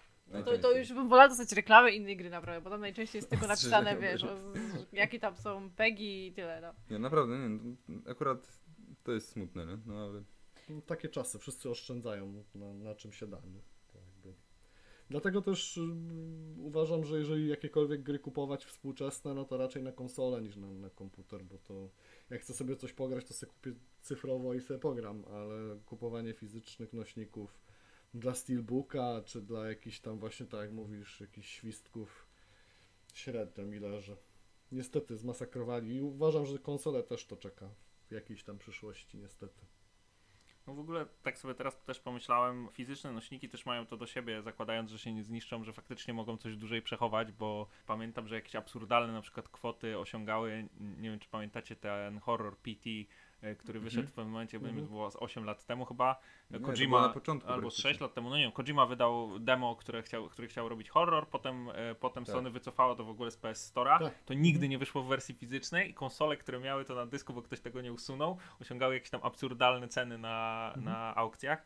To, to już bym wolała dostać reklamę innej gry naprawdę, bo tam najczęściej jest tylko napisane, Ostrzeżenie wiesz, o, z- jakie tam są pegi i tyle, no. Nie, naprawdę, nie, no, akurat to jest smutne, nie? No ale... No, takie czasy, wszyscy oszczędzają na, na czym się da. Nie? To jakby... Dlatego też y, uważam, że jeżeli jakiekolwiek gry kupować współczesne, no to raczej na konsolę niż na, na komputer, bo to jak chcę sobie coś pograć, to sobie kupię cyfrowo i sobie pogram, ale kupowanie fizycznych nośników dla Steelbooka, czy dla jakichś tam właśnie, tak jak mówisz, jakichś świstków średnio mi leży. Niestety zmasakrowali i uważam, że konsolę też to czeka w jakiejś tam przyszłości, niestety. No w ogóle tak sobie teraz też pomyślałem, fizyczne nośniki też mają to do siebie, zakładając, że się nie zniszczą, że faktycznie mogą coś dłużej przechować, bo pamiętam, że jakieś absurdalne na przykład kwoty osiągały, nie wiem czy pamiętacie ten horror P T, który wyszedł Mhm. w pewnym momencie, Mhm. mm-hmm. było z osiem lat temu chyba, Nie, to Kojima, było na początku albo z praktycznie. sześć lat temu, no nie wiem, Kojima wydał demo, które chciał, który chciał robić horror, potem, e, potem Tak. Sony wycofało to w ogóle z P S Store'a, Tak. to nigdy nie wyszło w wersji fizycznej i konsole, które miały to na dysku, bo ktoś tego nie usunął, osiągały jakieś tam absurdalne ceny na, Mhm. na aukcjach.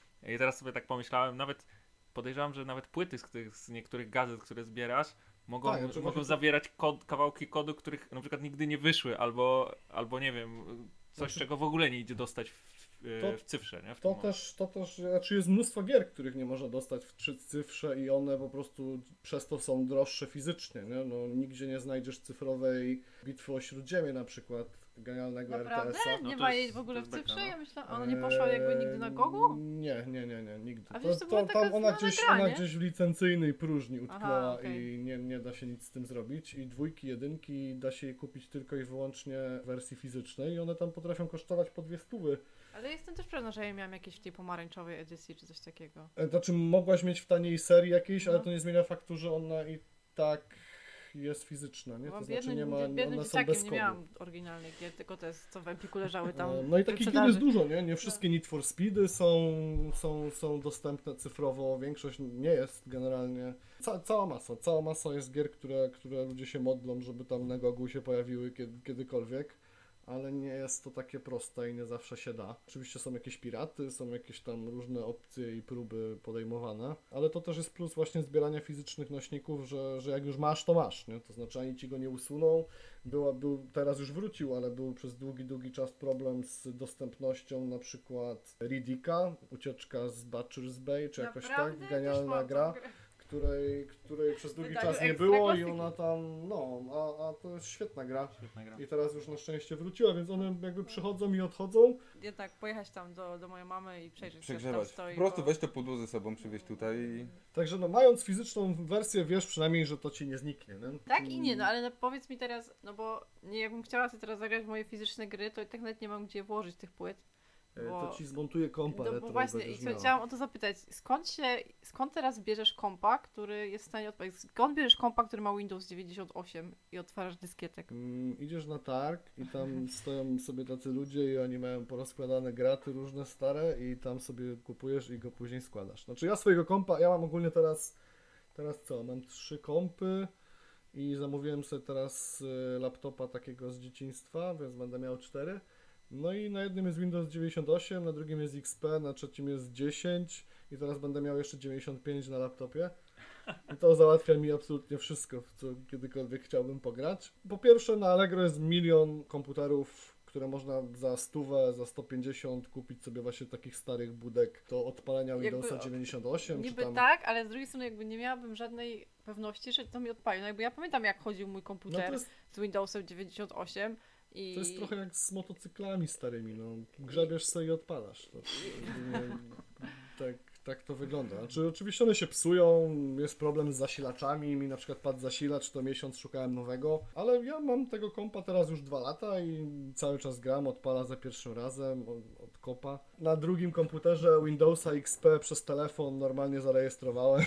I teraz sobie tak pomyślałem, nawet podejrzewam, że nawet płyty z, tych, z niektórych gazet, które zbierasz, mogą, Tak, znaczy mogą właśnie- zawierać kod, kawałki kodu, których na przykład nigdy nie wyszły, albo, albo nie wiem, coś, Znaczy- czego w ogóle nie idzie dostać w, w, To- w cyfrze, nie? W To tym momencie. też, to też, znaczy jest mnóstwo gier, których nie można dostać w trzy cyfrze i one po prostu przez to są droższe fizycznie, nie? No, nigdzie nie znajdziesz cyfrowej Bitwy o Śródziemie na przykład, genialnego Naprawdę? R T S-a. No Nie to ma jest- jej w ogóle to w jest beka, cyfrze? no. Ja myślałam, ona nie poszła jakby nigdy na Gogu? Eee, Nie, nie, nie, nie, nigdy. A przecież to była taka tam ona znana gdzieś, gra, ona nie? gdzieś w licencyjnej próżni utknęła Aha, okej. i nie, nie da się nic z tym zrobić. I dwójki, jedynki da się je kupić tylko i wyłącznie w wersji fizycznej i one tam potrafią kosztować po dwie stówy. Ale jestem też pewna, że ja miałam jakieś w tej pomarańczowej edycji czy coś takiego. E, Znaczy mogłaś mieć w taniej serii jakiejś, ale No. to nie zmienia faktu, że ona i tak jest fizyczna, nie? Bo To biednym, znaczy nie ma, biednym one są dzieciakiem bez nie kodu. miałam oryginalnych gier, tylko te, co w Empiku leżały tam. E, No i takich gier wyprzedaży. jest dużo, nie? Nie wszystkie Need for Speedy są, są, są dostępne cyfrowo, większość nie jest generalnie. Ca cała masa, cała masa jest gier, które, które ludzie się modlą, żeby tam na Gogu się pojawiły kiedy, kiedykolwiek. Ale nie jest to takie proste i nie zawsze się da. Oczywiście są jakieś piraty, są jakieś tam różne opcje i próby podejmowane, ale to też jest plus właśnie zbierania fizycznych nośników, że, że jak już masz, to masz, nie? To znaczy ani ci go nie usuną. Była, był, teraz już wrócił, ale był przez długi, długi czas problem z dostępnością na przykład Riddick'a, ucieczka z Butcher's Bay, czy jakoś Naprawdę? tak, Też genialna mam tą gra. grę. Której, której przez długi Wydaniu czas nie ekstra było i klasyki. ona tam, no, a, a to jest świetna gra. Świetna gra. I teraz już na szczęście wróciła, więc one jakby przychodzą i odchodzą. Jednak pojechać tam do, do mojej mamy i przejrzeć, co tam Przegrzewać. stoi. Po prostu bo- weź to pudło ze sobą, przywieź tutaj i... Także no mając fizyczną wersję, wiesz przynajmniej, że to ci nie zniknie, nie? Tak i nie, no ale no, powiedz mi teraz, no bo nie, jakbym chciała sobie teraz zagrać w moje fizyczne gry, to i tak nawet nie mam gdzie włożyć tych płyt. E, Bo- To ci zmontuje kompa No retro bo właśnie, i i będziesz chcia- miała. chciałam o to zapytać, skąd się, skąd teraz bierzesz kompa, który jest w stanie odpalić? Skąd bierzesz kompa, który ma Windows dziewięćdziesiąt osiem i otwarzasz dyskietek? Mm, idziesz na targ i tam stoją sobie tacy ludzie i oni mają porozkładane graty różne stare i tam sobie kupujesz i go później składasz. Znaczy ja swojego kompa, ja mam ogólnie teraz, teraz co, mam trzy kompy i zamówiłem sobie teraz y, laptopa takiego z dzieciństwa, więc będę miał cztery. No i na jednym jest Windows dziewięćdziesiąt osiem, na drugim jest X P, na trzecim jest dziesięć i teraz będę miał jeszcze dziewięćdziesiąt pięć na laptopie. I to załatwia mi absolutnie wszystko, w co kiedykolwiek chciałbym pograć. Po pierwsze na Allegro jest milion komputerów, które można za stówę, za sto pięćdziesiąt kupić sobie właśnie takich starych budek do odpalenia Jakby- Windowsa dziewięćdziesiąt osiem, czy Niby tam... tak, ale z drugiej strony jakby nie miałabym żadnej pewności, że to mi odpali. No jakby ja pamiętam jak chodził mój No komputer to jest, z Windowsem dziewięćdziesiąt osiem i... to jest trochę jak z motocyklami starymi, no. Grzebiesz sobie i odpalasz. To, nie, tak, tak to wygląda. Znaczy oczywiście one się psują, jest problem z zasilaczami, mi na przykład padł zasilacz, to miesiąc szukałem nowego, ale ja mam tego kompa teraz już dwa lata i cały czas gram, odpala za pierwszym razem od, od kopa. Na drugim komputerze Windowsa X P przez telefon normalnie zarejestrowałem,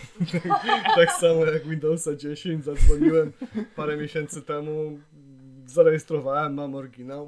tak samo jak Windowsa dziesięć, zadzwoniłem parę miesięcy temu, zarejestrowałem, mam oryginał.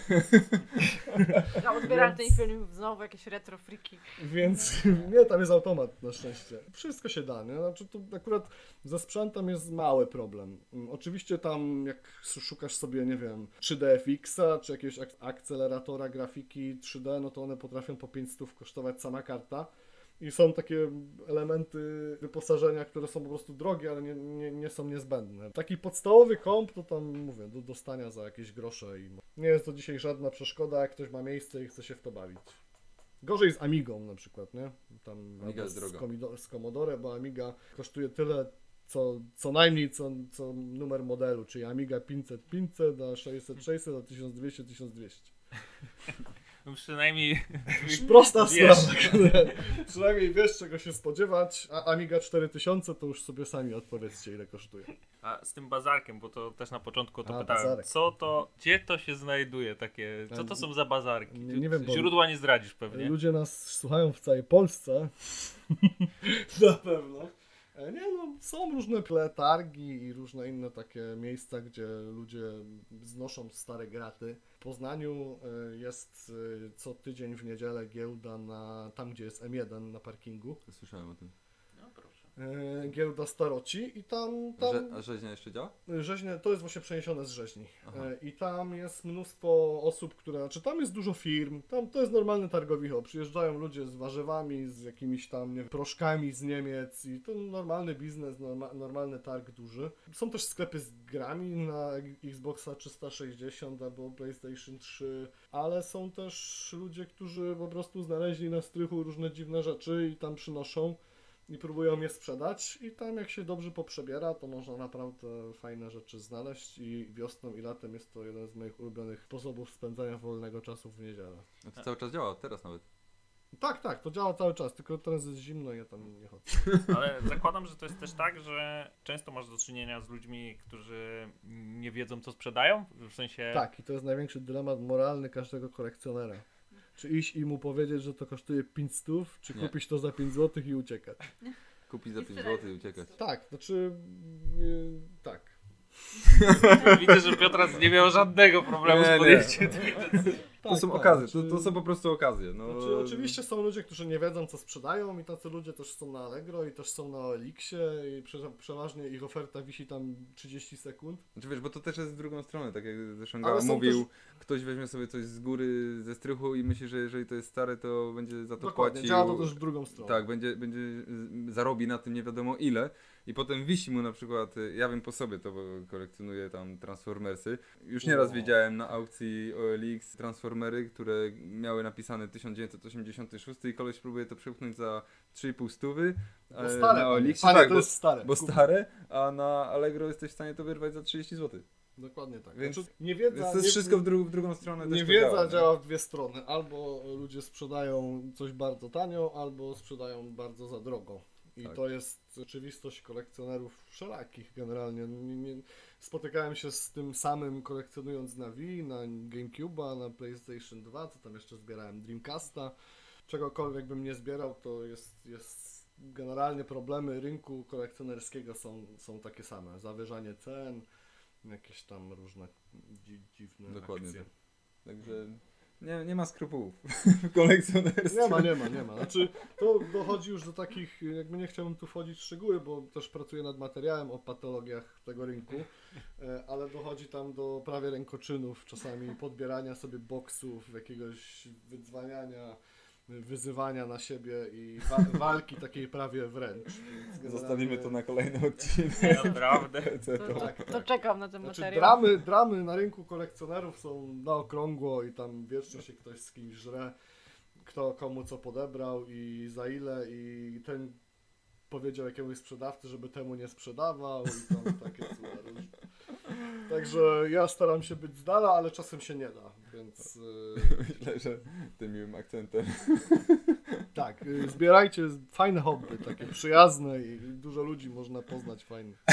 Ja odbieram ten film znowu jakieś retro freaky. Więc nie, tam jest automat na szczęście. Wszystko się da, nie? Znaczy tu akurat ze sprzętem jest mały problem. Mm, Oczywiście tam jak szukasz sobie, nie wiem, trzy D F X-a, czy jakiegoś ak- akceleratora grafiki trzy D, no to one potrafią po pięćset kosztować sama karta. I są takie elementy wyposażenia, które są po prostu drogie, ale nie, nie, nie są niezbędne. Taki podstawowy komp to tam, mówię, do dostania za jakieś grosze i nie jest to dzisiaj żadna przeszkoda, jak ktoś ma miejsce i chce się w to bawić. Gorzej z Amigą na przykład, nie? Tam Amiga jest z, droga. Commodore, z Commodore, bo Amiga kosztuje tyle, co, co najmniej co, co numer modelu, czyli Amiga pięćset pięćset, a sześćset sześćset, a tysiąc dwieście tysiąc dwieście. No przynajmniej Prosta wiesz. sprawa. Przynajmniej wiesz, czego się spodziewać, a Amiga cztery tysiące to już sobie sami odpowiedzcie, ile kosztuje. A z tym bazarkiem, bo to też na początku o to A, pytałem. bazarek. Co to, gdzie to się znajduje takie, co to są za bazarki? Nie- nie wiem, bo- Źródła nie zdradzisz pewnie. Ludzie nas słuchają w całej Polsce. Na pewno. E, Nie no, są różne targi i różne inne takie miejsca, gdzie ludzie znoszą stare graty. W Poznaniu e, jest e, co tydzień w niedzielę giełda na, tam, gdzie jest M jeden na parkingu. Słyszałem o tym. No proszę. E, Giełda Staroci i tam... tam... Że, a rzeźnia jeszcze działa? Rzeźnie, to jest właśnie przeniesione z rzeźni. Aha. E, I tam jest mnóstwo osób, które, znaczy tam jest dużo firm, tam to jest normalne targowicho. Przyjeżdżają ludzie z warzywami, z jakimiś tam nie wiem, proszkami z Niemiec i to normalny biznes, norma, normalny targ duży. Są też sklepy z grami na Xboxa trzysta sześćdziesiąt albo PlayStation trzy, ale są też ludzie, którzy po prostu znaleźli na strychu różne dziwne rzeczy i tam przynoszą i próbują je sprzedać i tam jak się dobrze poprzebiera, to można naprawdę fajne rzeczy znaleźć i wiosną i latem jest to jeden z moich ulubionych sposobów spędzania wolnego czasu w niedzielę. No to cały czas działa, teraz nawet. Tak, tak, to działa cały czas, tylko teraz jest zimno i ja tam nie chodzę. Ale zakładam, że to jest też tak, że często masz do czynienia z ludźmi, którzy nie wiedzą, co sprzedają, w sensie... Tak, i to jest największy dylemat moralny każdego kolekcjonera. Czy iść i mu powiedzieć, że to kosztuje pięć stów, czy Nie. kupić to za pięć złotych i uciekać? Kupić za I pięć tyle. złotych i uciekać. Tak, znaczy, yy, tak. Widzę, że Piotras nie miał żadnego problemu Nie, z nie. podjęciem tej decyzji. To Tak, są tak, okazje, znaczy- to, to są po prostu okazje. No, Znaczy, oczywiście są ludzie, którzy nie wiedzą, co sprzedają i tacy ludzie też są na Allegro i też są na Elixie i prze, przeważnie ich oferta wisi tam trzydzieści sekund. Znaczy wiesz, bo to też jest w drugą stronę, tak jak zresztą Ale Gała są mówił, też- ktoś weźmie sobie coś z góry, ze strychu i myśli, że jeżeli to jest stare, to będzie za to Dokładnie, płacił. działa to też w drugą stronę. Tak, będzie, będzie y, zarobi na tym nie wiadomo ile i potem wisi mu na przykład, y, ja wiem po sobie to, bo kolekcjonuję tam Transformersy. Już nieraz O. widziałem na aukcji O L X Transformery, które miały napisane tysiąc dziewięćset osiemdziesiąty szósty i koleś próbuje to przepchnąć za trzy i pół stówy. Bo e, stare, na O L X, panie, tak, to bo, jest stare. bo Kup- stare, a na Allegro jesteś w stanie to wyrwać za trzydzieści złotych. Dokładnie tak. Więc- Znaczy, nie wiedza, Więc to jest nie, wszystko w, dru- w drugą stronę też nie to wiedza działa. działa, nie? w dwie strony. Albo ludzie sprzedają coś bardzo tanio, albo sprzedają bardzo za drogo. I Tak. to jest rzeczywistość kolekcjonerów wszelakich generalnie. Nie, nie, spotykałem się z tym samym kolekcjonując na Wii, na GameCube'a, na PlayStation dwa, co tam jeszcze zbierałem Dreamcasta. Czegokolwiek bym nie zbierał, to jest, jest generalnie problemy rynku kolekcjonerskiego są, są takie same. Zawyżanie cen, jakieś tam różne dzi, dziwne Dokładnie akcje. tak. Także nie, nie ma skrupułów w kolekcjonerstwie. Nie ma, nie ma, nie ma. Znaczy, to dochodzi już do takich, jakby nie chciałbym tu wchodzić w szczegóły, bo też pracuję nad materiałem o patologiach tego rynku, e, ale dochodzi tam do prawie rękoczynów, czasami podbierania sobie boksów, jakiegoś wydzwaniania, wyzywania na siebie i wa- walki takiej prawie wręcz. Więc generalnie- Zostawimy to na kolejny odcinek. Naprawdę. To, Tak, to tak. czekam na ten Znaczy, materiał. dramy, dramy na rynku kolekcjonerów są na okrągło i tam wiecznie się ktoś z kimś żre, kto komu co podebrał i za ile i ten powiedział jakiemuś sprzedawcy, żeby temu nie sprzedawał i tam takie cuda różne. Także ja staram się być z dala, ale czasem się nie da, więc yy, Myślę, że tym miłym akcentem. tak, yy, zbierajcie fajne hobby, takie przyjazne i dużo ludzi można poznać fajnych.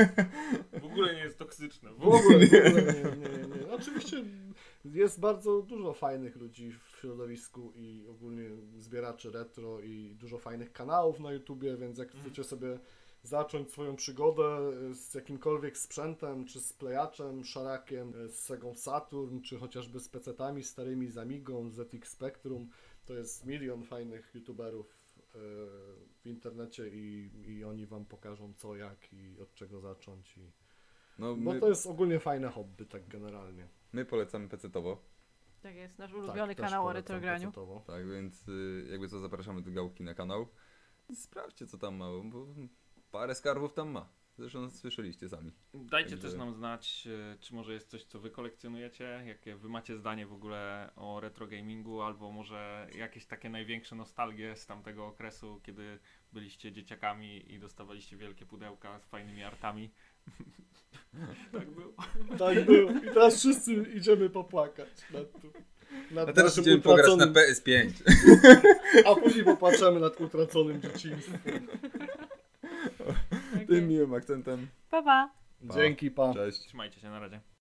W ogóle nie jest toksyczne. W W ogóle, w ogóle nie, nie, nie, nie. Oczywiście jest bardzo dużo fajnych ludzi w środowisku i ogólnie zbieraczy retro i dużo fajnych kanałów na YouTubie, więc jak chcecie sobie zacząć swoją przygodę z jakimkolwiek sprzętem, czy z plejaczem, szarakiem, z Segą Saturn, czy chociażby z pecetami starymi z Amigą, z Z X Spectrum, to jest milion fajnych YouTuberów e, w internecie i, i oni wam pokażą co, jak i od czego zacząć. I... No, Bo my, to jest ogólnie fajne hobby, tak generalnie. my polecamy pecetowo. Tak jest, nasz Tak, ulubiony też kanał o polecam retrograniu. pecetowo. Tak, więc y, jakby co, zapraszamy do Gałki na kanał. Sprawdźcie, co tam ma, bo parę skarbów tam ma. Zresztą słyszeliście sami. Dajcie Także- też nam znać, e, czy może jest coś, co wy kolekcjonujecie, jakie wy macie zdanie w ogóle o retro gamingu, albo może jakieś takie największe nostalgie z tamtego okresu, kiedy byliście dzieciakami i dostawaliście wielkie pudełka z fajnymi artami. Tak było. Tak było. I teraz wszyscy idziemy popłakać nad tym. Nad A teraz naszym idziemy pograć na utraconym, P S pięć. a później popłaczemy nad utraconym dzieciństwem. Tym miłym akcentem. Pa, pa! Pa. Dzięki, pa. Cześć. Trzymajcie się, na razie.